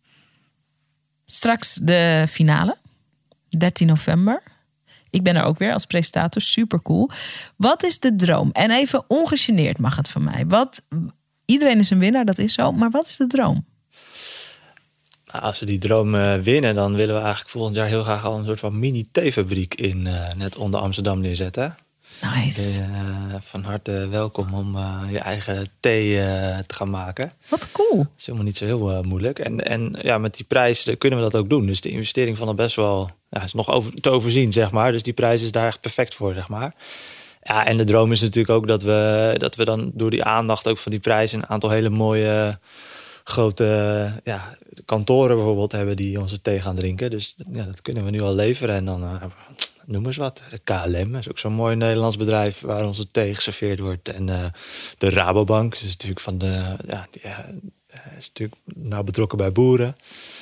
straks de finale, dertien november. Ik ben er ook weer als presentator, super cool. Wat is de droom? En even ongegeneerd mag het van mij. Wat... Iedereen is een winnaar, dat is zo. Maar wat is de droom? Nou, als we die droom uh, winnen, dan willen we eigenlijk volgend jaar heel graag al een soort van mini-theefabriek in uh, net onder Amsterdam neerzetten. Nice. Dus, uh, van harte welkom om uh, je eigen thee uh, te gaan maken. Wat cool. Dat is helemaal niet zo heel uh, moeilijk. En, en ja, met die prijs kunnen we dat ook doen. Dus de investering van dat best wel ja, is nog over, te overzien, zeg maar. Dus die prijs is daar echt perfect voor, zeg maar. Ja, en de droom is natuurlijk ook dat we, dat we dan door die aandacht ook van die prijs een aantal hele mooie grote ja, kantoren bijvoorbeeld hebben die onze thee gaan drinken. Dus ja, dat kunnen we nu al leveren. En dan uh, noem eens wat. De K L M is ook zo'n mooi Nederlands bedrijf waar onze thee geserveerd wordt. En uh, de Rabobank is natuurlijk van de ja, die, uh, is natuurlijk nou betrokken bij boeren.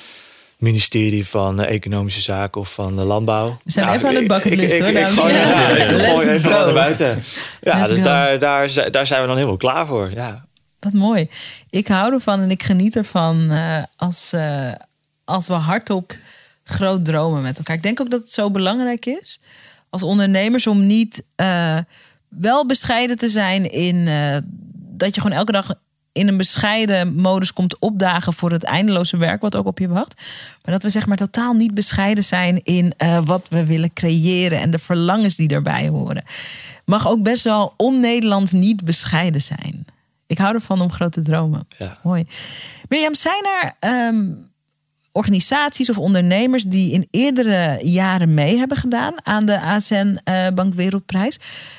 Ministerie van Economische Zaken of van de Landbouw. We zijn nou, even aan het bucketlist, ik, hoor. ik, ik, ik gooi ja, ja, ja, even naar buiten. Ja, Let's dus go. daar, daar, daar zijn we dan helemaal klaar voor. Ja. Wat mooi. Ik hou ervan en ik geniet ervan uh, als, uh, als we hardop groot dromen met elkaar. Ik denk ook dat het zo belangrijk is als ondernemers om niet uh, wel bescheiden te zijn in uh, dat je gewoon elke dag in een bescheiden modus komt opdagen voor het eindeloze werk wat ook op je wacht. Maar dat we zeg maar totaal niet bescheiden zijn in uh, wat we willen creëren en de verlangens die daarbij horen. Mag ook best wel on-Nederlands niet bescheiden zijn. Ik hou ervan om grote dromen. Ja. Mooi. Mirjam, zijn er um, organisaties of ondernemers die in eerdere jaren mee hebben gedaan aan de A S N uh, Bank Wereldprijs?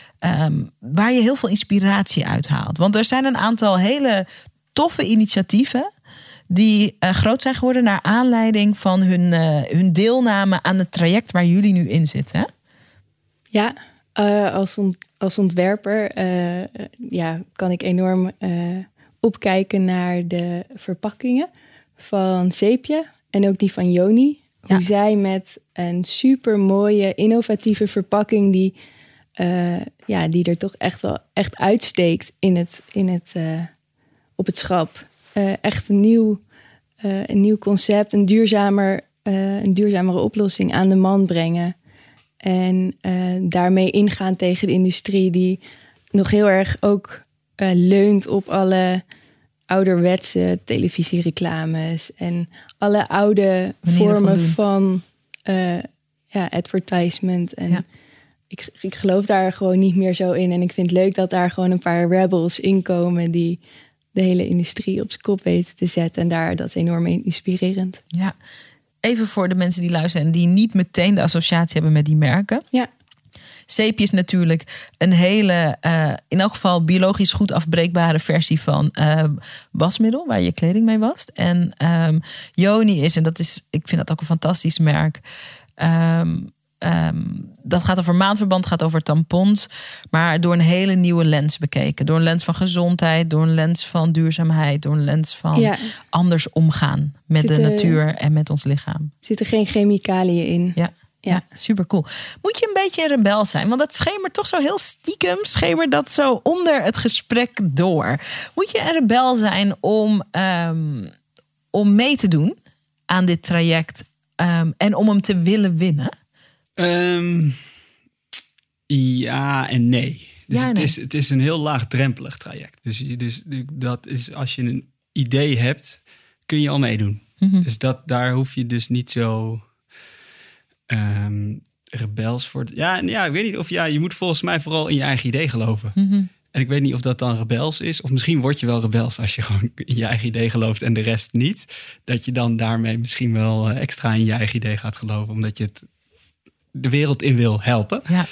Um, waar je heel veel inspiratie uit haalt. Want er zijn een aantal hele toffe initiatieven die uh, groot zijn geworden naar aanleiding van hun, uh, hun deelname aan het traject waar jullie nu in zitten. Hè? Ja, uh, als, ont, als ontwerper uh, ja, kan ik enorm uh, opkijken naar de verpakkingen van Zeepje en ook die van Joni. Ja. Hoe zij met een super mooie, innovatieve verpakking die uh, ja, die er toch echt wel echt uitsteekt in het, in het, uh, op het schap. Uh, echt een nieuw, uh, een nieuw concept, een, duurzamer, uh, een duurzamere oplossing aan de man brengen. En uh, daarmee ingaan tegen de industrie die nog heel erg ook uh, leunt op alle ouderwetse televisiereclames en alle oude Manieren vormen van, van uh, ja, advertisement. En ja. ik, ik geloof daar gewoon niet meer zo in. En ik vind het leuk dat daar gewoon een paar rebels in komen die de hele industrie op zijn kop weten te zetten. En daar, dat is enorm inspirerend. Ja, even voor de mensen die luisteren en die niet meteen de associatie hebben met die merken. Ja. Sepia is natuurlijk een hele, uh, in elk geval biologisch goed afbreekbare versie van uh, wasmiddel, waar je kleding mee wast. En um, Yoni is, en dat is, ik vind dat ook een fantastisch merk. Um, um, dat gaat over maandverband, gaat over tampons, maar door een hele nieuwe lens bekeken. Door een lens van gezondheid, door een lens van duurzaamheid, door een lens van ja. anders omgaan met Zit, de natuur en met ons lichaam. Er zitten geen chemicaliën in. Ja. Ja, ja, super cool. Moet je een beetje een rebel zijn? Want dat schemert toch zo heel stiekem, schemert dat zo onder het gesprek door. Moet je een rebel zijn om, um, om mee te doen aan dit traject um, en om hem te willen winnen? Um, ja en nee. Dus ja, het, nee. Is, het is een heel laagdrempelig traject. Dus, dus dat is, als je een idee hebt, kun je al meedoen. Mm-hmm. Dus dat, daar hoef je dus niet zo... Um, rebels voor... Het, ja, ja, ik weet niet of... Ja, je moet volgens mij vooral in je eigen idee geloven. Mm-hmm. En ik weet niet of dat dan rebels is. Of misschien word je wel rebels als je gewoon in je eigen idee gelooft en de rest niet. Dat je dan daarmee misschien wel extra in je eigen idee gaat geloven. Omdat je het de wereld in wil helpen. Ja.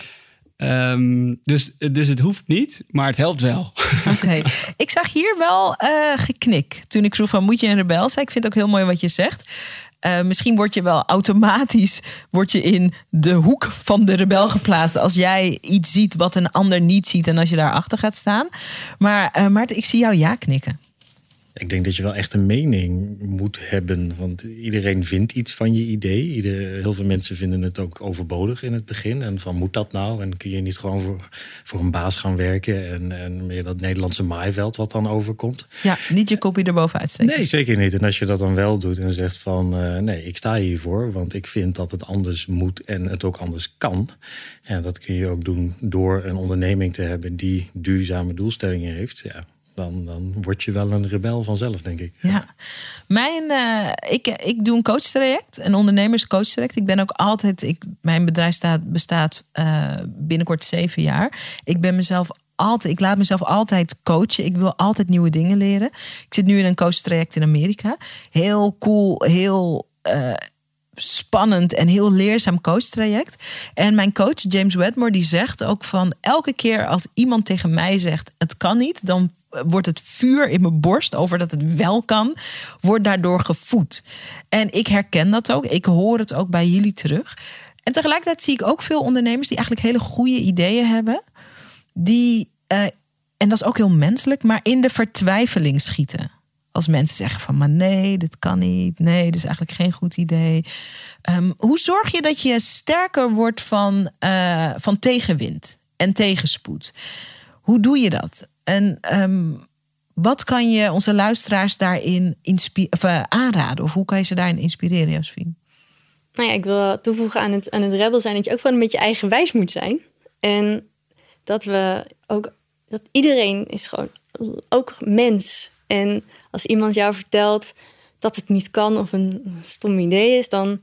Um, dus, dus het hoeft niet, maar het helpt wel. Oké, okay. Ik zag hier wel uh, geknik toen ik vroeg van moet je een rebel zijn? Ik vind het ook heel mooi wat je zegt. Uh, misschien word je wel automatisch word je in de hoek van de rebel geplaatst als jij iets ziet wat een ander niet ziet en als je daarachter gaat staan. Maar uh, Maarten, ik zie jou ja knikken. Ik denk dat je wel echt een mening moet hebben. Want iedereen vindt iets van je idee. Ieder, heel veel mensen vinden het ook overbodig in het begin. En van, moet dat nou? En kun je niet gewoon voor, voor een baas gaan werken? En, en meer dat Nederlandse maaiveld wat dan overkomt. Ja, niet je kopje erboven uitsteken. Nee, zeker niet. En als je dat dan wel doet en zegt van... Uh, nee, ik sta hiervoor, want ik vind dat het anders moet en het ook anders kan. En dat kun je ook doen door een onderneming te hebben die duurzame doelstellingen heeft. Ja. Dan, dan word je wel een rebel vanzelf, denk ik. Ja, mijn, uh, ik, ik doe een coachtraject, een ondernemerscoachtraject. Ik ben ook altijd, ik, mijn bedrijf staat, bestaat uh, binnenkort zeven jaar. Ik ben mezelf altijd, ik laat mezelf altijd coachen. Ik wil altijd nieuwe dingen leren. Ik zit nu in een coachtraject in Amerika. Heel cool, heel... Uh, spannend en heel leerzaam coachtraject. En mijn coach James Wedmore die zegt ook van elke keer als iemand tegen mij zegt het kan niet, dan wordt het vuur in mijn borst over dat het wel kan, wordt daardoor gevoed. En ik herken dat ook. Ik hoor het ook bij jullie terug. En tegelijkertijd zie ik ook veel ondernemers die eigenlijk hele goede ideeën hebben, die uh, en dat is ook heel menselijk, maar in de vertwijfeling schieten. Als mensen zeggen van, maar nee, dit kan niet. Nee, dit is eigenlijk geen goed idee. Um, hoe zorg je dat je sterker wordt van, uh, van tegenwind en tegenspoed? Hoe doe je dat? En um, wat kan je onze luisteraars daarin inspi- of, uh, aanraden? Of hoe kan je ze daarin inspireren, Josephine? Nou ja, ik wil toevoegen aan het, aan het rebel zijn... dat je ook gewoon een beetje eigenwijs moet zijn. En dat we ook... dat iedereen is gewoon ook mens. En als iemand jou vertelt dat het niet kan of een stom idee is, dan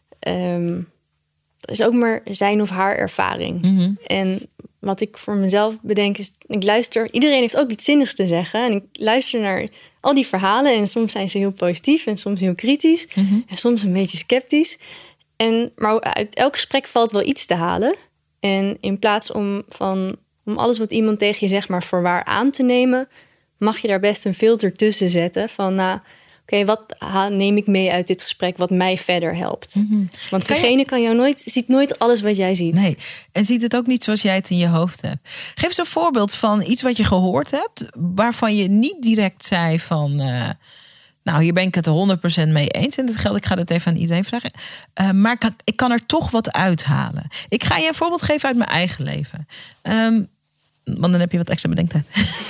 um, dat is ook maar zijn of haar ervaring. Mm-hmm. En wat ik voor mezelf bedenk is, ik luister, iedereen heeft ook iets zinnigs te zeggen. En ik luister naar al die verhalen en soms zijn ze heel positief en soms heel kritisch. Mm-hmm. En soms een beetje sceptisch. En, maar uit elk gesprek valt wel iets te halen. En in plaats om, van, om alles wat iemand tegen je zegt maar voor waar aan te nemen, mag je daar best een filter tussen zetten van, nou, oké, okay, wat neem ik mee uit dit gesprek wat mij verder helpt? Mm-hmm. Want kan diegene je... kan jou nooit, ziet nooit alles wat jij ziet. Nee, en ziet het ook niet zoals jij het in je hoofd hebt. Geef eens een voorbeeld van iets wat je gehoord hebt, waarvan je niet direct zei van, uh, Nou, hier ben ik het honderd procent mee eens. En dat geldt, ik ga dat even aan iedereen vragen. Uh, maar ik kan, ik kan er toch wat uithalen. Ik ga je een voorbeeld geven uit mijn eigen leven. Um, want dan heb je wat extra bedenktijd.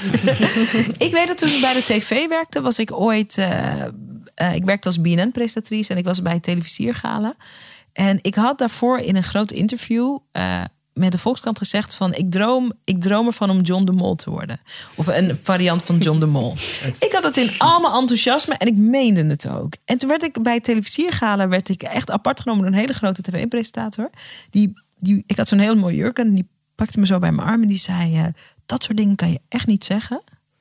Ik weet dat toen ik bij de tv werkte, was ik ooit... Uh, uh, ik werkte als B N N-presentatrice en ik was bij het Televisiergala. En ik had daarvoor in een groot interview... Uh, met de Volkskrant gezegd van... Ik droom, ik droom ervan om John de Mol te worden. Of een variant van John de Mol. Ik had het in allemaal enthousiasme en ik meende het ook. En toen werd ik bij het Televisiergala... werd ik echt apart genomen door een hele grote tv-presentator. Die, die, ik had zo'n hele mooie jurk en die pakte me zo bij mijn arm... en die zei, uh, dat soort dingen kan je echt niet zeggen.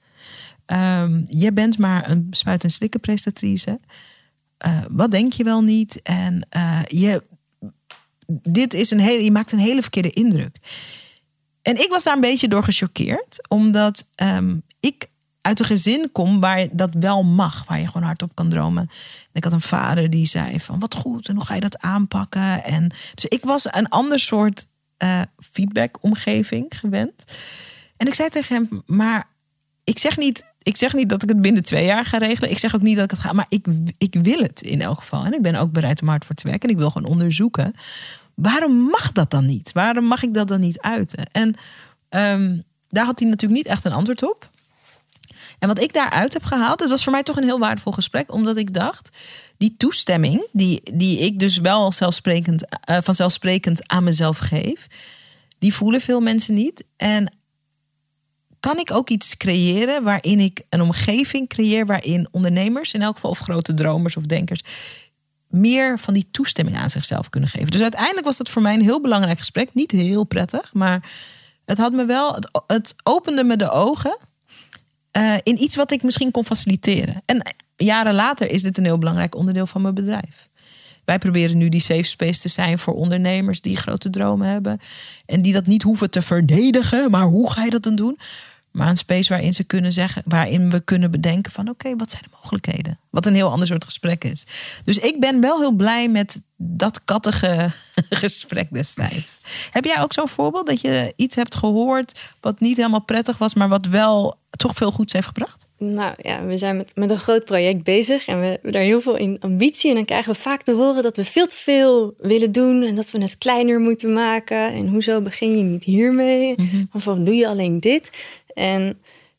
Um, je bent maar een spuit- en slikken presentatrice. Uh, wat denk je wel niet? En uh, je... Dit is een hele, je maakt een hele verkeerde indruk. En ik was daar een beetje door gechoqueerd. Omdat um, ik uit een gezin kom waar dat wel mag. Waar je gewoon hardop kan dromen. En ik had een vader die zei van wat goed. En hoe ga je dat aanpakken? En dus ik was een ander soort uh, feedback-omgeving gewend. En ik zei tegen hem, maar ik zeg niet... Ik zeg niet dat ik het binnen twee jaar ga regelen. Ik zeg ook niet dat ik het ga. Maar ik, ik wil het in elk geval. En ik ben ook bereid om hard voor te werken. En ik wil gewoon onderzoeken. Waarom mag dat dan niet? Waarom mag ik dat dan niet uiten? En um, daar had hij natuurlijk niet echt een antwoord op. En wat ik daaruit heb gehaald... Het was voor mij toch een heel waardevol gesprek. Omdat ik dacht... Die toestemming die, die ik dus wel zelfsprekend, uh, vanzelfsprekend aan mezelf geef... Die voelen veel mensen niet. En... kan ik ook iets creëren waarin ik een omgeving creëer... waarin ondernemers, in elk geval of grote dromers of denkers... meer van die toestemming aan zichzelf kunnen geven. Dus uiteindelijk was dat voor mij een heel belangrijk gesprek. Niet heel prettig, maar het had me wel... het, het opende me de ogen uh, in iets wat ik misschien kon faciliteren. En jaren later is dit een heel belangrijk onderdeel van mijn bedrijf. Wij proberen nu die safe space te zijn voor ondernemers... die grote dromen hebben. En die dat niet hoeven te verdedigen. Maar hoe ga je dat dan doen? Maar een space waarin ze kunnen zeggen, waarin we kunnen bedenken van oké, okay, wat zijn de mogelijkheden? Wat een heel ander soort gesprek is. Dus ik ben wel heel blij met dat kattige gesprek destijds. Heb jij ook zo'n voorbeeld dat je iets hebt gehoord wat niet helemaal prettig was, maar wat wel toch veel goeds heeft gebracht? Nou ja, we zijn met, met een groot project bezig en we hebben daar heel veel in ambitie. En dan krijgen we vaak te horen dat we veel te veel willen doen en dat we het kleiner moeten maken. En hoezo begin je niet hiermee? Mm-hmm. Of waarom doe je alleen dit? En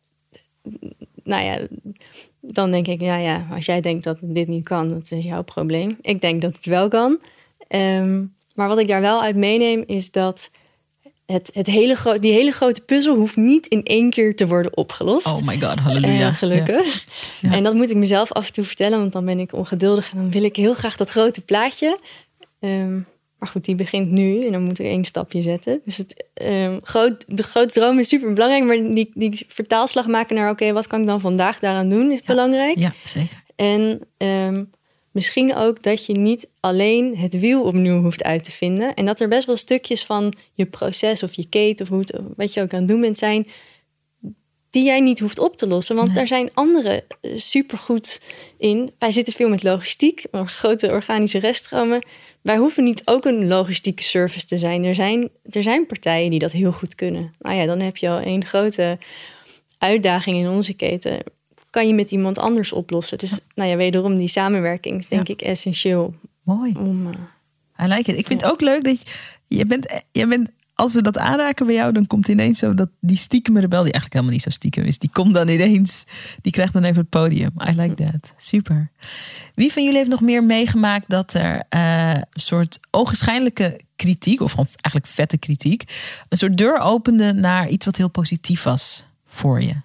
nou ja, dan denk ik, ja, ja, als jij denkt dat dit niet kan, dat is jouw probleem. Ik denk dat het wel kan. Um, maar wat ik daar wel uit meeneem is dat het, het hele gro- die hele grote puzzel hoeft niet in één keer te worden opgelost. Oh my god, halleluja. Uh, gelukkig. Ja. Ja. En dat moet ik mezelf af en toe vertellen, want dan ben ik ongeduldig en dan wil ik heel graag dat grote plaatje. Um, Maar goed, die begint nu en dan moet ik één stapje zetten. Dus het, um, groot, de grote droom is super belangrijk, maar die, die vertaalslag maken naar oké, okay, wat kan ik dan vandaag daaraan doen is ja, belangrijk. Ja, zeker. En um, misschien ook dat je niet alleen het wiel opnieuw hoeft uit te vinden. En dat er best wel stukjes van je proces of je keten of hoe het, wat je ook aan het doen bent zijn, die jij niet hoeft op te lossen. Want nee. Daar zijn anderen uh, supergoed in. Wij zitten veel met logistiek, grote organische reststromen. Wij hoeven niet ook een logistieke service te zijn. Er zijn, er zijn partijen die dat heel goed kunnen. Nou ja, dan heb je al een grote uitdaging in onze keten. Kan je met iemand anders oplossen? Dus nou ja, wederom die samenwerking is denk ja. ik essentieel. Mooi. Om, uh, I like it. Ik vind het ook leuk dat je, je bent... Je bent als we dat aanraken bij jou, dan komt ineens zo dat die stiekem rebel, die eigenlijk helemaal niet zo stiekem is, die komt dan ineens, die krijgt dan even het podium. I like that. Super. Wie van jullie heeft nog meer meegemaakt dat er uh, een soort ogenschijnlijke kritiek, of gewoon eigenlijk vette kritiek, een soort deur opende naar iets wat heel positief was voor je?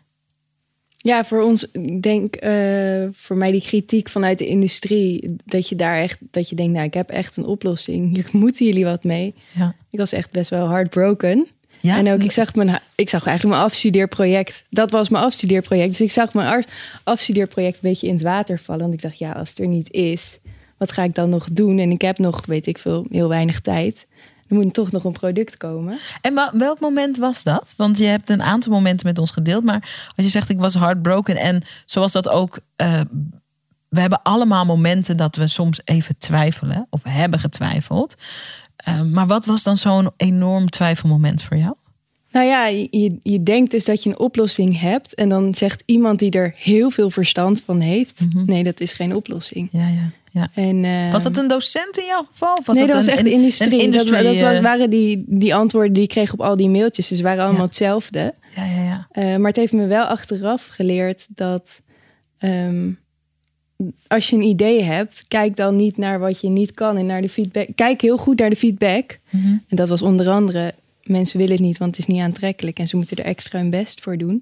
Ja, voor ons, ik denk uh, voor mij die kritiek vanuit de industrie, dat je daar echt, dat je denkt, nou, ik heb echt een oplossing. Hier moeten jullie wat mee. Ja. Ik was echt best wel heartbroken. Ja? En ook, ik zag, mijn, ik zag eigenlijk mijn afstudeerproject. Dat was mijn afstudeerproject. Dus ik zag mijn afstudeerproject een beetje in het water vallen. Want ik dacht, ja, als het er niet is, wat ga ik dan nog doen? En ik heb nog, weet ik veel, heel weinig tijd. Er moet toch nog een product komen. En welk moment was dat? Want je hebt een aantal momenten met ons gedeeld. Maar als je zegt, ik was heartbroken. En zoals dat ook... Uh, we hebben allemaal momenten dat we soms even twijfelen. Of hebben getwijfeld. Uh, maar wat was dan zo'n enorm twijfelmoment voor jou? Nou ja, je, je denkt dus dat je een oplossing hebt. En dan zegt iemand die er heel veel verstand van heeft. Mm-hmm. Nee, dat is geen oplossing. Ja, ja. Ja. En, uh, was dat een docent in jouw geval? Of was nee, dat, dat was een, echt de industrie. Een industrie dat, dat uh... waren die, die antwoorden die ik kreeg op al die mailtjes. Dus waren allemaal ja. hetzelfde. Ja, ja, ja. Uh, maar het heeft me wel achteraf geleerd dat... Um, als je een idee hebt, kijk dan niet naar wat je niet kan en naar de feedback. Kijk heel goed naar de feedback. Mm-hmm. En dat was onder andere, mensen willen het niet, want het is niet aantrekkelijk en ze moeten er extra hun best voor doen.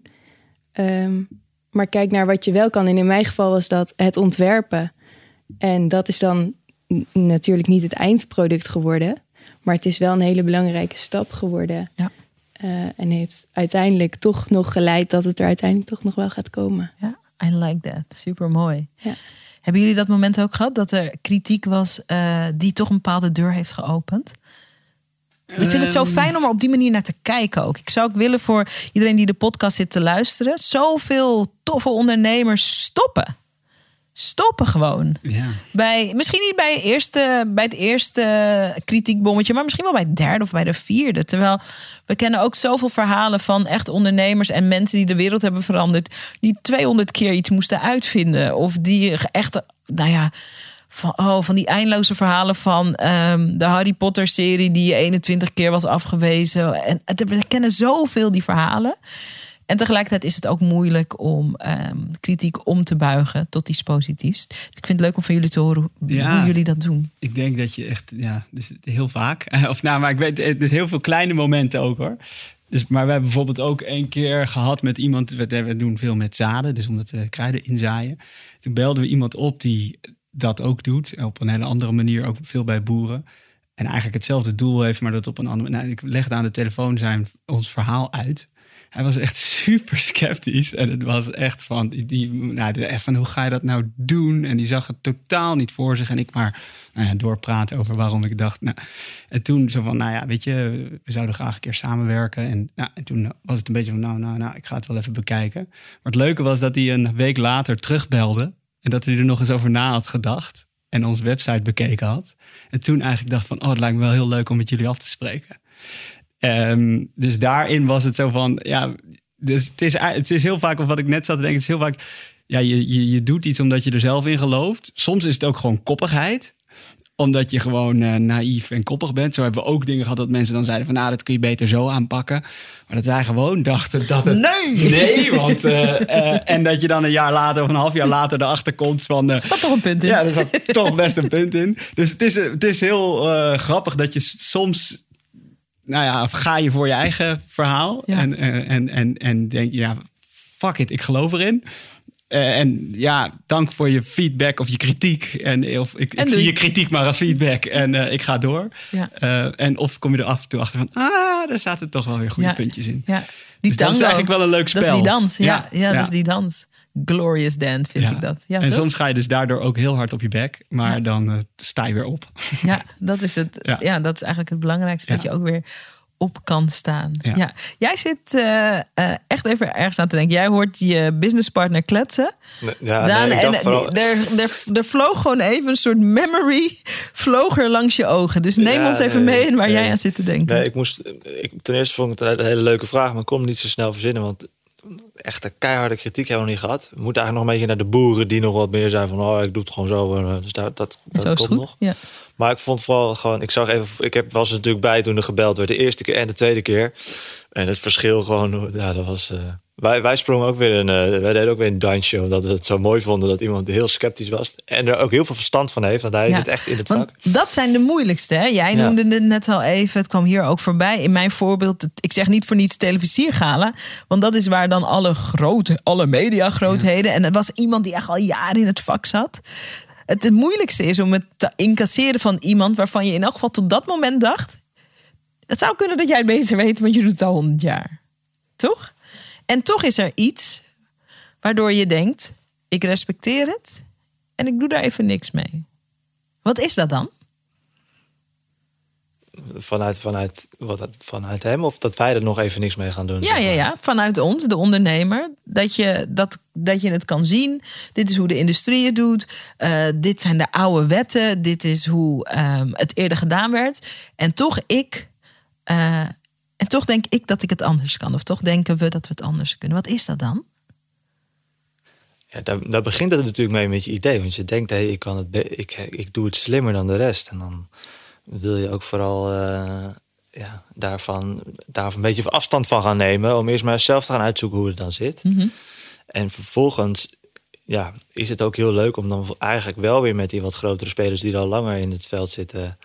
Um, maar kijk naar wat je wel kan. En in mijn geval was dat het ontwerpen. En dat is dan n- natuurlijk niet het eindproduct geworden, maar het is wel een hele belangrijke stap geworden. Ja. Uh, en heeft uiteindelijk toch nog geleid dat het er uiteindelijk toch nog wel gaat komen. Ja. I like that. Super mooi. Ja. Hebben jullie dat moment ook gehad? Dat er kritiek was uh, die toch een bepaalde deur heeft geopend? Um, ik vind het zo fijn om er op die manier naar te kijken ook. Ik zou ook willen voor iedereen die de podcast zit te luisteren. Zoveel toffe ondernemers stoppen. Stoppen gewoon. Ja. Bij, misschien niet bij, eerste, bij het eerste kritiekbommetje, maar misschien wel bij het derde of bij de vierde. Terwijl we kennen ook zoveel verhalen van echt ondernemers en mensen die de wereld hebben veranderd, die tweehonderd keer iets moesten uitvinden. Of die echt, nou ja, van, oh, van die eindeloze verhalen van um, de Harry Potter serie die eenentwintig keer was afgewezen. En we kennen zoveel die verhalen. En tegelijkertijd is het ook moeilijk om um, kritiek om te buigen tot iets positiefs. Dus ik vind het leuk om van jullie te horen hoe, ja, hoe jullie dat doen. Ik denk dat je echt, ja, dus heel vaak. Of nou, maar ik weet, dus heel veel kleine momenten ook hoor. Dus, maar we hebben bijvoorbeeld ook één keer gehad met iemand. We doen veel met zaden, dus omdat we kruiden inzaaien. Toen belden we iemand op die dat ook doet. Op een hele andere manier, ook veel bij boeren. En eigenlijk hetzelfde doel heeft, maar dat op een andere manier. Nou, ik legde aan de telefoon zijn ons verhaal uit. Hij was echt super sceptisch. En het was echt van, die, nou, echt van, hoe ga je dat nou doen? En die zag het totaal niet voor zich. En ik maar nou ja, doorpraten over waarom ik dacht. Nou, en toen zo van, nou ja, weet je, we zouden graag een keer samenwerken. En, nou, en toen was het een beetje van, nou, nou, nou, ik ga het wel even bekijken. Maar het leuke was dat hij een week later terugbelde. En dat hij er nog eens over na had gedacht. En onze website bekeken had. En toen eigenlijk dacht van, oh, het lijkt me wel heel leuk om met jullie af te spreken. Um, dus daarin was het zo van, ja, dus het is, het is heel vaak, of wat ik net zat te denken, het is heel vaak, ja, je, je, je doet iets omdat je er zelf in gelooft. Soms is het ook gewoon koppigheid, omdat je gewoon uh, naïef en koppig bent. Zo hebben we ook dingen gehad dat mensen dan zeiden van, nou, dat kun je beter zo aanpakken. Maar dat wij gewoon dachten dat het... Nee! Nee, want... Uh, uh, en dat je dan een jaar later of een half jaar later erachter komt van... Uh, er zat toch een punt in? Ja, er zat toch best een punt in. Dus het is, het is heel uh, grappig dat je soms... Nou ja, ga je voor je eigen verhaal. Ja. En, en, en, en denk je, ja, fuck it, ik geloof erin. Uh, en ja, dank voor je feedback of je kritiek. En, of ik, en ik zie je kritiek maar als feedback. En uh, ik ga door. Ja. Uh, en of kom je er af en toe achter van... ah, daar zaten toch wel weer goede ja. puntjes in. Ja. Die dus dat is eigenlijk wel een leuk spel. Dat is die dans, ja. Ja, ja, ja. dat is die dans. Glorious dance vind ja. ik dat. Ja, en toch? Soms ga je dus daardoor ook heel hard op je bek. Maar ja. dan uh, sta je weer op. Ja, dat is het. Ja, ja dat is eigenlijk het belangrijkste. Ja. Dat je ook weer op kan staan. Ja. Ja. Jij zit uh, uh, echt even ergens aan te denken. Jij hoort je businesspartner kletsen. Ja, Daan, nee, en vooral... er, er, er vloog gewoon even een soort memory vloog er langs je ogen. Dus neem ja, ons even nee, mee in waar nee. jij aan zit te denken. Nee, ik moest, ik, ten eerste vond ik het een hele leuke vraag, maar ik kon hem niet zo snel verzinnen. Want echte keiharde kritiek hebben we nog niet gehad. We moeten eigenlijk nog een beetje naar de boeren die nog wat meer zijn van, oh, ik doe het gewoon zo. Dus dat, dat, dat zo komt goed. nog. Ja. Maar ik vond vooral gewoon, ik zag even, ik heb, was er natuurlijk bij toen er gebeld werd. De eerste keer en de tweede keer. En het verschil gewoon, ja, dat was... Uh, wij, wij sprongen ook weer een, uh, wij deden ook weer een dansje, omdat we het zo mooi vonden dat iemand heel sceptisch was. En er ook heel veel verstand van heeft, want hij ja, zit echt in het vak. Dat zijn de moeilijkste, hè? Jij ja. noemde het net al even, het kwam hier ook voorbij. In mijn voorbeeld, ik zeg niet voor niets televisiergala, want dat is waar dan alle grote, alle mediagrootheden. Ja. En er was iemand die echt al jaren in het vak zat. Het, het moeilijkste is om het te incasseren van iemand waarvan je in elk geval tot dat moment dacht, het zou kunnen dat jij het beter weet, want je doet het al honderd jaar. Toch? En toch is er iets waardoor je denkt, ik respecteer het en ik doe daar even niks mee. Wat is dat dan? Vanuit, vanuit, wat, vanuit hem of dat wij er nog even niks mee gaan doen? Ja, ja, ja. Vanuit ons, de ondernemer. Dat je, dat, dat je het kan zien. Dit is hoe de industrie het doet. Uh, dit zijn de oude wetten. Dit is hoe um, het eerder gedaan werd. En toch ik... Uh, En toch denk ik dat ik het anders kan. Of toch denken we dat we het anders kunnen. Wat is dat dan? Ja, daar, daar begint het natuurlijk mee met je idee. Want je denkt, hey, ik, kan het be- ik, ik doe het slimmer dan de rest. En dan wil je ook vooral uh, ja, daarvan, daar een beetje afstand van gaan nemen. Om eerst maar zelf te gaan uitzoeken hoe het dan zit. Mm-hmm. En vervolgens ja, is het ook heel leuk om dan eigenlijk wel weer met die wat grotere spelers die er al langer in het veld zitten,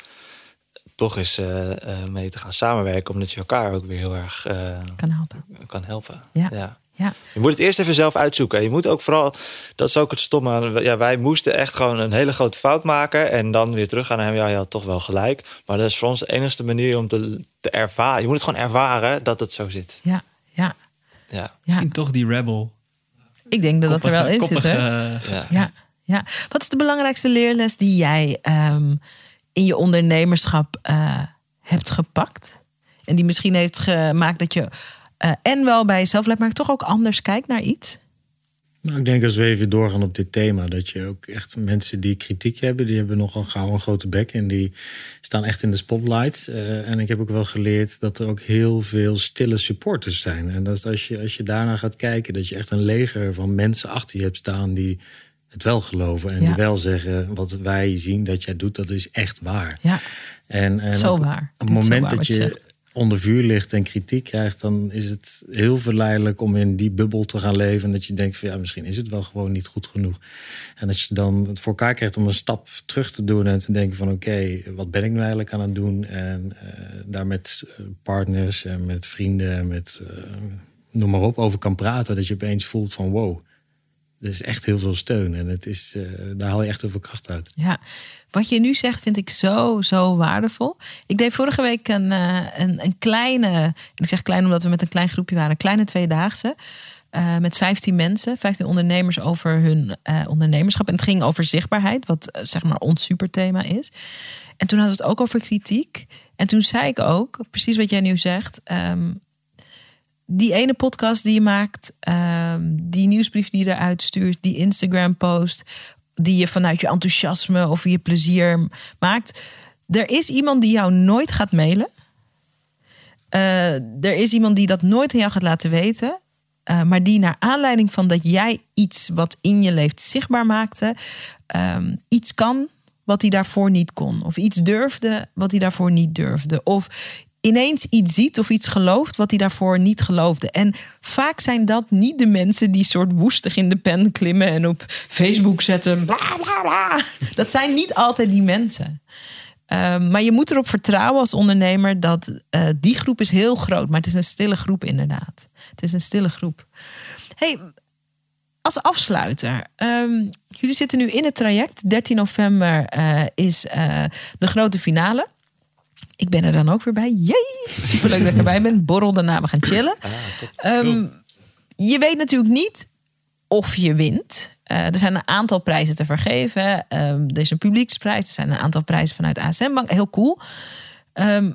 toch eens uh, uh, mee te gaan samenwerken. Omdat je elkaar ook weer heel erg uh, kan helpen. Kan helpen. Ja. Ja. Ja. Je moet het eerst even zelf uitzoeken. Je moet ook vooral, dat is ook het stomme aan. Ja, wij moesten echt gewoon een hele grote fout maken en dan weer teruggaan naar hem. Ja, je had toch wel gelijk. Maar dat is voor ons de enige manier om te, te ervaren. Je moet het gewoon ervaren dat het zo zit. Ja, ja. Ja. Misschien ja. toch die rebel. Ik denk dat koppige, dat er wel in koppige, zit. Hè? Ja. Ja, ja. Wat is de belangrijkste leerles die jij um, in je ondernemerschap uh, hebt gepakt? En die misschien heeft gemaakt dat je uh, en wel bij jezelf blijft, maar toch ook anders kijkt naar iets? Nou, ik denk als we even doorgaan op dit thema, dat je ook echt mensen die kritiek hebben, die hebben nogal gauw een grote bek en die staan echt in de spotlight. Uh, en ik heb ook wel geleerd dat er ook heel veel stille supporters zijn. En dat is als je, als je daarna gaat kijken, dat je echt een leger van mensen achter je hebt staan die het wel geloven en ja. die wel zeggen, wat wij zien dat jij doet, dat is echt waar. Ja, en, en zo op, waar. Op het moment dat je, je onder vuur ligt en kritiek krijgt, dan is het heel verleidelijk om in die bubbel te gaan leven. En dat je denkt van ja, misschien is het wel gewoon niet goed genoeg. En als je dan het voor elkaar krijgt om een stap terug te doen en te denken van oké, okay, wat ben ik nu eigenlijk aan het doen? En uh, daar met partners en met vrienden en met uh, noem maar op over kan praten. Dat je opeens voelt van wow, er is echt heel veel steun. En het is, uh, daar haal je echt heel veel kracht uit. Ja, wat je nu zegt vind ik zo, zo waardevol. Ik deed vorige week een, uh, een, een kleine, en ik zeg klein omdat we met een klein groepje waren, een kleine tweedaagse. Uh, met vijftien mensen, vijftien ondernemers over hun uh, ondernemerschap. En het ging over zichtbaarheid, wat uh, zeg maar ons superthema is. En toen hadden we het ook over kritiek. En toen zei ik ook, precies wat jij nu zegt, Um, die ene podcast die je maakt, um, die nieuwsbrief die je eruit stuurt, die Instagram post, die je vanuit je enthousiasme of je plezier maakt. Er is iemand die jou nooit gaat mailen. Uh, er is iemand die dat nooit aan jou gaat laten weten. Uh, maar die naar aanleiding van dat jij iets wat in je leeft zichtbaar maakte, um, iets kan wat hij daarvoor niet kon. Of iets durfde wat hij daarvoor niet durfde. Of ineens iets ziet of iets gelooft wat hij daarvoor niet geloofde. En vaak zijn dat niet de mensen die soort woestig in de pen klimmen en op Facebook zetten. Bla, bla, bla. Dat zijn niet altijd die mensen. Um, maar je moet erop vertrouwen als ondernemer dat uh, die groep is heel groot. Maar het is een stille groep inderdaad. Het is een stille groep. Hey, als afsluiter. Um, jullie zitten nu in het traject. dertien november uh, is uh, de grote finale. Ik ben er dan ook weer bij. Jee, superleuk dat ik erbij ben. Borrel daarna, we gaan chillen. Ah, um, je weet natuurlijk niet of je wint. Uh, er zijn een aantal prijzen te vergeven. Um, er is een publieksprijs. Er zijn een aantal prijzen vanuit A S M Bank. Heel cool. Um,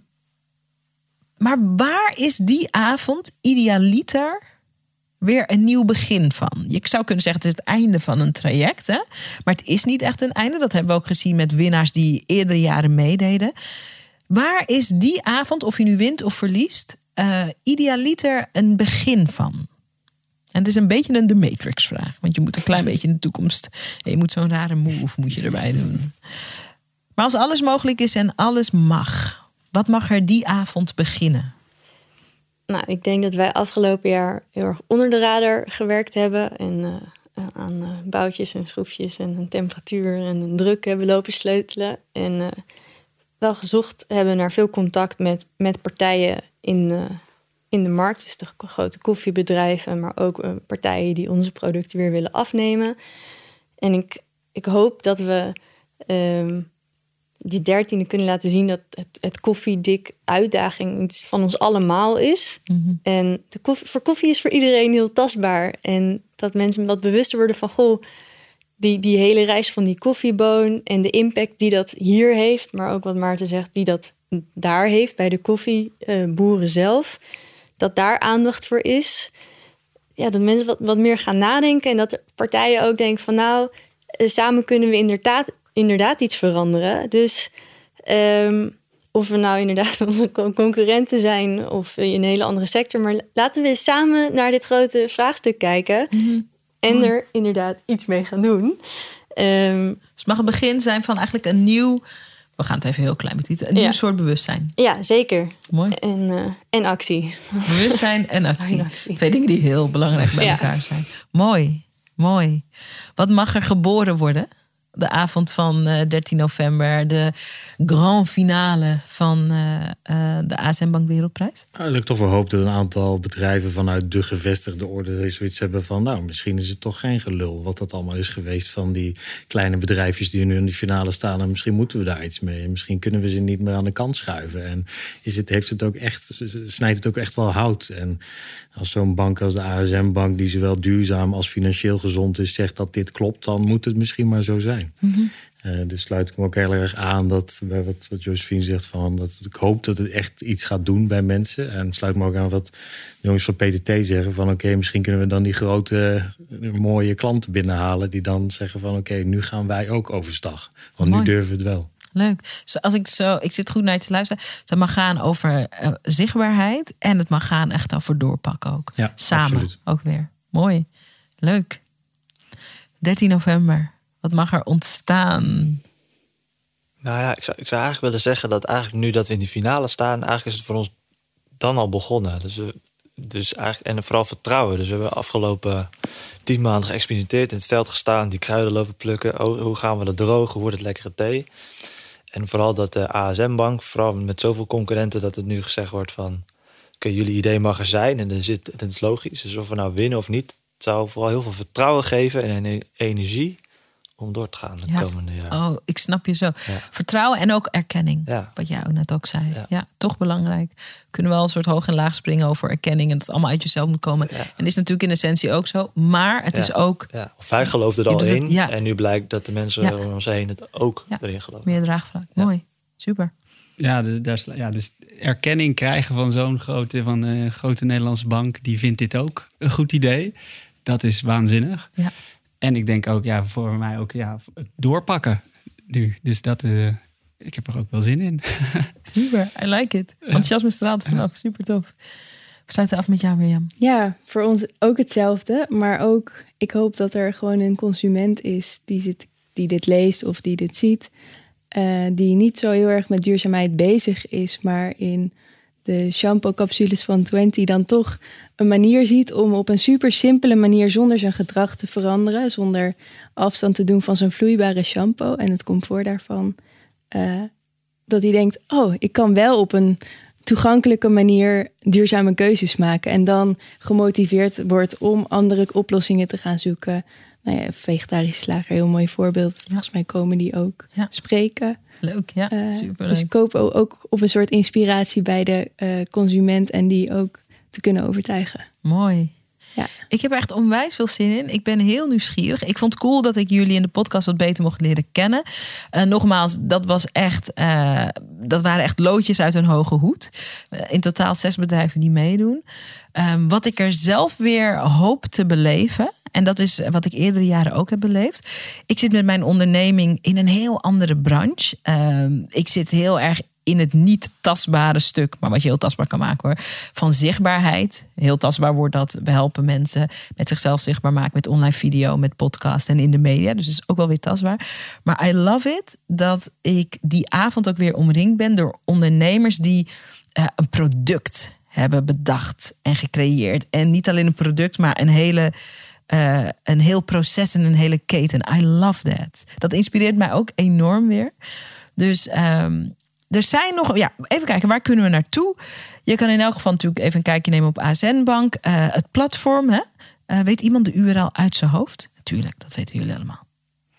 maar waar is die avond idealiter weer een nieuw begin van? Je zou kunnen zeggen het is het einde van een traject. Hè? Maar het is niet echt een einde. Dat hebben we ook gezien met winnaars die eerdere jaren meededen. Waar is die avond, of je nu wint of verliest, uh, idealiter een begin van? En het is een beetje een The Matrix vraag. Want je moet een klein beetje in de toekomst. En je moet zo'n rare move moet je erbij doen. Maar als alles mogelijk is en alles mag, wat mag er die avond beginnen? Nou, ik denk dat wij afgelopen jaar heel erg onder de radar gewerkt hebben. En uh, aan uh, boutjes en schroefjes en een temperatuur en een druk hebben lopen sleutelen. En uh, wel gezocht hebben naar veel contact met, met partijen in, uh, in de markt. Dus de grote koffiebedrijven, maar ook uh, partijen die onze producten weer willen afnemen. En ik, ik hoop dat we um, die dertiende kunnen laten zien dat het, het koffiedik uitdaging iets van ons allemaal is. Mm-hmm. En de koffie, voor koffie is voor iedereen heel tastbaar. En dat mensen wat bewuster worden van goh, Die, die hele reis van die koffieboon en de impact die dat hier heeft, maar ook wat Maarten zegt, die dat daar heeft bij de koffieboeren uh, zelf, dat daar aandacht voor is. Ja, dat mensen wat, wat meer gaan nadenken en dat er partijen ook denken van nou, uh, samen kunnen we inderdaad, inderdaad iets veranderen. Dus um, of we nou inderdaad onze concurrenten zijn of in een hele andere sector. Maar laten we samen naar dit grote vraagstuk kijken. Mm-hmm. En er inderdaad iets mee gaan doen. Um, dus het mag het begin zijn van eigenlijk een nieuw... We gaan het even heel klein betitelen. Een ja. nieuw soort bewustzijn. Ja, zeker. Mooi. En, uh, en actie. Bewustzijn en actie. en actie. Twee dingen die heel belangrijk bij ja. elkaar zijn. Mooi, mooi. Wat mag er geboren worden? De avond van uh, dertien november. De grand finale van uh, uh, de A S N Bank Wereldprijs. Nou, ik toch wel hoop dat een aantal bedrijven vanuit de gevestigde orde zoiets hebben van... nou, misschien is het toch geen gelul wat dat allemaal is geweest van die kleine bedrijfjes die nu in die finale staan. En misschien moeten we daar iets mee. En misschien kunnen we ze niet meer aan de kant schuiven. En is het, heeft het ook echt, snijdt het ook echt wel hout. En als zo'n bank als de A S N Bank, die zowel duurzaam als financieel gezond is, zegt dat dit klopt, dan moet het misschien maar zo zijn. Mm-hmm. Uh, dus sluit ik me ook heel erg aan dat bij wat, wat Josephine zegt van dat ik hoop dat het echt iets gaat doen bij mensen. En sluit me ook aan wat de jongens van P T T zeggen van oké, okay, misschien kunnen we dan die grote uh, mooie klanten binnenhalen die dan zeggen van oké, okay, nu gaan wij ook overstag. Want Mooi. Nu durven we het wel. Leuk. Dus als ik zo, ik zit goed naar je te luisteren. Het mag gaan over uh, zichtbaarheid en het mag gaan echt over doorpakken ook. Ja, samen absoluut. Ook weer. Mooi. Leuk. dertien november. Wat mag er ontstaan? Nou ja, ik zou, ik zou eigenlijk willen zeggen dat eigenlijk nu dat we in die finale staan, eigenlijk is het voor ons dan al begonnen. Dus, we, dus eigenlijk, en vooral vertrouwen. Dus we hebben afgelopen tien maanden geëxperimenteerd, in het veld gestaan, die kruiden lopen plukken. Oh, hoe gaan we dat drogen? Hoe wordt het lekkere thee? En vooral dat de A S N Bank, vooral met zoveel concurrenten, dat het nu gezegd wordt van oké, okay, jullie idee mag er zijn en dan zit, dat is logisch. Dus of we nou winnen of niet, het zou vooral heel veel vertrouwen geven en energie om door te gaan de ja. komende jaren. Oh, ik snap je zo. Ja. Vertrouwen en ook erkenning. Ja. Wat jij ook net ook zei. Ja. Ja, toch belangrijk. Kunnen wel een soort hoog en laag springen over erkenning en dat het allemaal uit jezelf moet komen. Ja. En dat is natuurlijk in essentie ook zo. Maar het ja. is ook... Ja. Of wij geloofden er al in. Het, ja. En nu blijkt dat de mensen ja. om ons heen het ook ja. erin geloven. Meer draagvlak. Ja. Mooi. Super. Ja, daar, ja, dus erkenning krijgen van zo'n grote, van een grote Nederlandse bank, die vindt dit ook een goed idee. Dat is waanzinnig. Ja. En ik denk ook, ja, voor mij ook, ja, het doorpakken nu. Dus dat, uh, ik heb er ook wel zin in. Super, I like it. Enthousiasme straalt vanaf, super tof. We sluiten af met jou, Mirjam. Ja, voor ons ook hetzelfde. Maar ook, ik hoop dat er gewoon een consument is die, zit, die dit leest of die dit ziet. Uh, die niet zo heel erg met duurzaamheid bezig is, maar in de shampoo-capsules van twintig dan toch een manier ziet om op een super simpele manier zonder zijn gedrag te veranderen, zonder afstand te doen van zijn vloeibare shampoo en het comfort daarvan. Uh, dat hij denkt, oh, ik kan wel op een toegankelijke manier duurzame keuzes maken en dan gemotiveerd wordt om andere oplossingen te gaan zoeken. Nou ja, vegetarische slager, heel mooi voorbeeld. Volgens mij komen die ook ja. spreken. Leuk, ja, uh, super. Dus ik hoop ook op een soort inspiratie bij de uh, consument en die ook te kunnen overtuigen. Mooi. Ja. Ik heb er echt onwijs veel zin in. Ik ben heel nieuwsgierig. Ik vond het cool dat ik jullie in de podcast wat beter mocht leren kennen. Uh, nogmaals, dat was echt, uh, dat waren echt loodjes uit een hoge hoed. Uh, in totaal zes bedrijven die meedoen. Um, wat ik er zelf weer hoop te beleven, en dat is wat ik eerdere jaren ook heb beleefd. Ik zit met mijn onderneming in een heel andere branche. Um, ik zit heel erg in het niet tastbare stuk, maar wat je heel tastbaar kan maken hoor, van zichtbaarheid. Heel tastbaar wordt dat. We helpen mensen met zichzelf zichtbaar maken met online video, met podcast en in de media. Dus het is ook wel weer tastbaar. Maar I love it dat ik die avond ook weer omringd ben door ondernemers die uh, een product hebben bedacht en gecreëerd. En niet alleen een product, maar een hele Uh, een heel proces en een hele keten. I love that. Dat inspireert mij ook enorm weer. Dus um, er zijn nog... Ja, even kijken, waar kunnen we naartoe? Je kan in elk geval natuurlijk even een kijkje nemen op A S N Bank. Uh, het platform, hè? Uh, weet iemand de U R L uit zijn hoofd? Natuurlijk, dat weten jullie allemaal.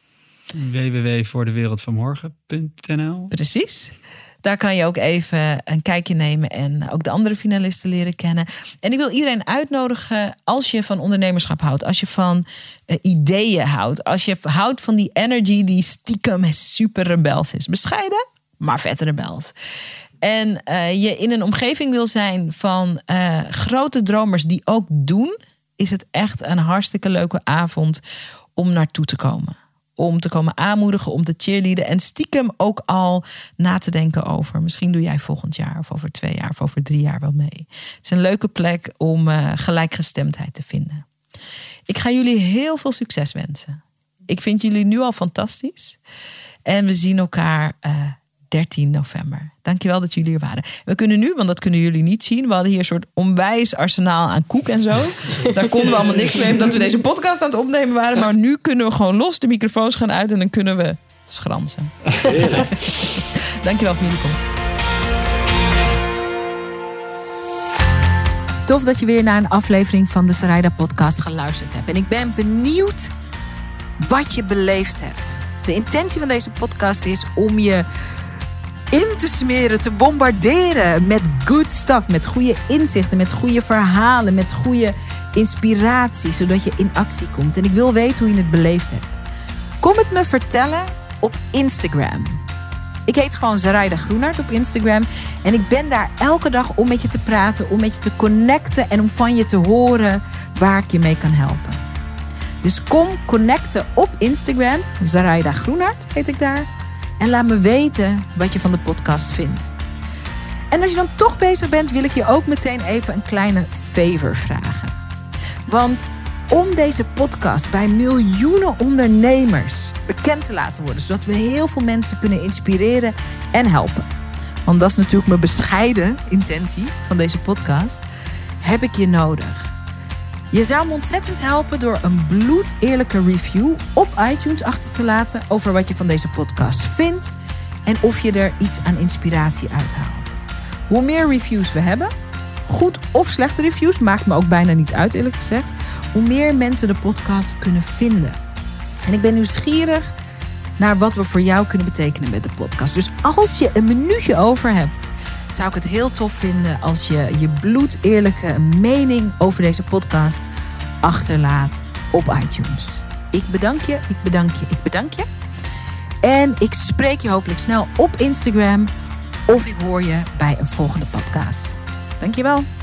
w w w punt voor de wereld van morgen punt n l. Precies. Daar kan je ook even een kijkje nemen en ook de andere finalisten leren kennen. En ik wil iedereen uitnodigen, als je van ondernemerschap houdt, als je van uh, ideeën houdt, als je houdt van die energy die stiekem super rebels is. Bescheiden, maar vet rebels. En uh, je in een omgeving wil zijn van uh, grote dromers die ook doen, is het echt een hartstikke leuke avond om naartoe te komen. om te komen aanmoedigen, om te cheerleaden. En stiekem ook al na te denken over, misschien doe jij volgend jaar of over twee jaar of over drie jaar wel mee. Het is een leuke plek om uh, gelijkgestemdheid te vinden. Ik ga jullie heel veel succes wensen. Ik vind jullie nu al fantastisch. En we zien elkaar uh, dertien november. Dankjewel dat jullie hier waren. We kunnen nu, want dat kunnen jullie niet zien. We hadden hier een soort onwijs arsenaal aan koek en zo. Daar konden we allemaal niks mee omdat we deze podcast aan het opnemen waren. Maar nu kunnen we gewoon los. De microfoons gaan uit en dan kunnen we schransen. Dankjewel voor jullie komst. Tof dat je weer naar een aflevering van de Sarayda podcast geluisterd hebt. En ik ben benieuwd wat je beleefd hebt. De intentie van deze podcast is om je in te smeren, te bombarderen met good stuff, met goede inzichten, met goede verhalen, met goede inspiratie, zodat je in actie komt. En ik wil weten hoe je het beleefd hebt. Kom het me vertellen op Instagram. Ik heet gewoon Sarayda Groenhart op Instagram. En ik ben daar elke dag om met je te praten, om met je te connecten en om van je te horen waar ik je mee kan helpen. Dus kom connecten op Instagram. Sarayda Groenhart heet ik daar. En laat me weten wat je van de podcast vindt. En als je dan toch bezig bent, wil ik je ook meteen even een kleine favor vragen. Want om deze podcast bij miljoenen ondernemers bekend te laten worden, zodat we heel veel mensen kunnen inspireren en helpen. Want dat is natuurlijk mijn bescheiden intentie van deze podcast. Heb ik je nodig. Je zou me ontzettend helpen door een bloedeerlijke review op iTunes achter te laten over wat je van deze podcast vindt en of je er iets aan inspiratie uithaalt. Hoe meer reviews we hebben, goed of slechte reviews, maakt me ook bijna niet uit eerlijk gezegd, hoe meer mensen de podcast kunnen vinden. En ik ben nieuwsgierig naar wat we voor jou kunnen betekenen met de podcast. Dus als je een minuutje over hebt, zou ik het heel tof vinden als je je bloedeerlijke mening over deze podcast achterlaat op iTunes. Ik bedank je, ik bedank je, ik bedank je. En ik spreek je hopelijk snel op Instagram of ik hoor je bij een volgende podcast. Dankjewel.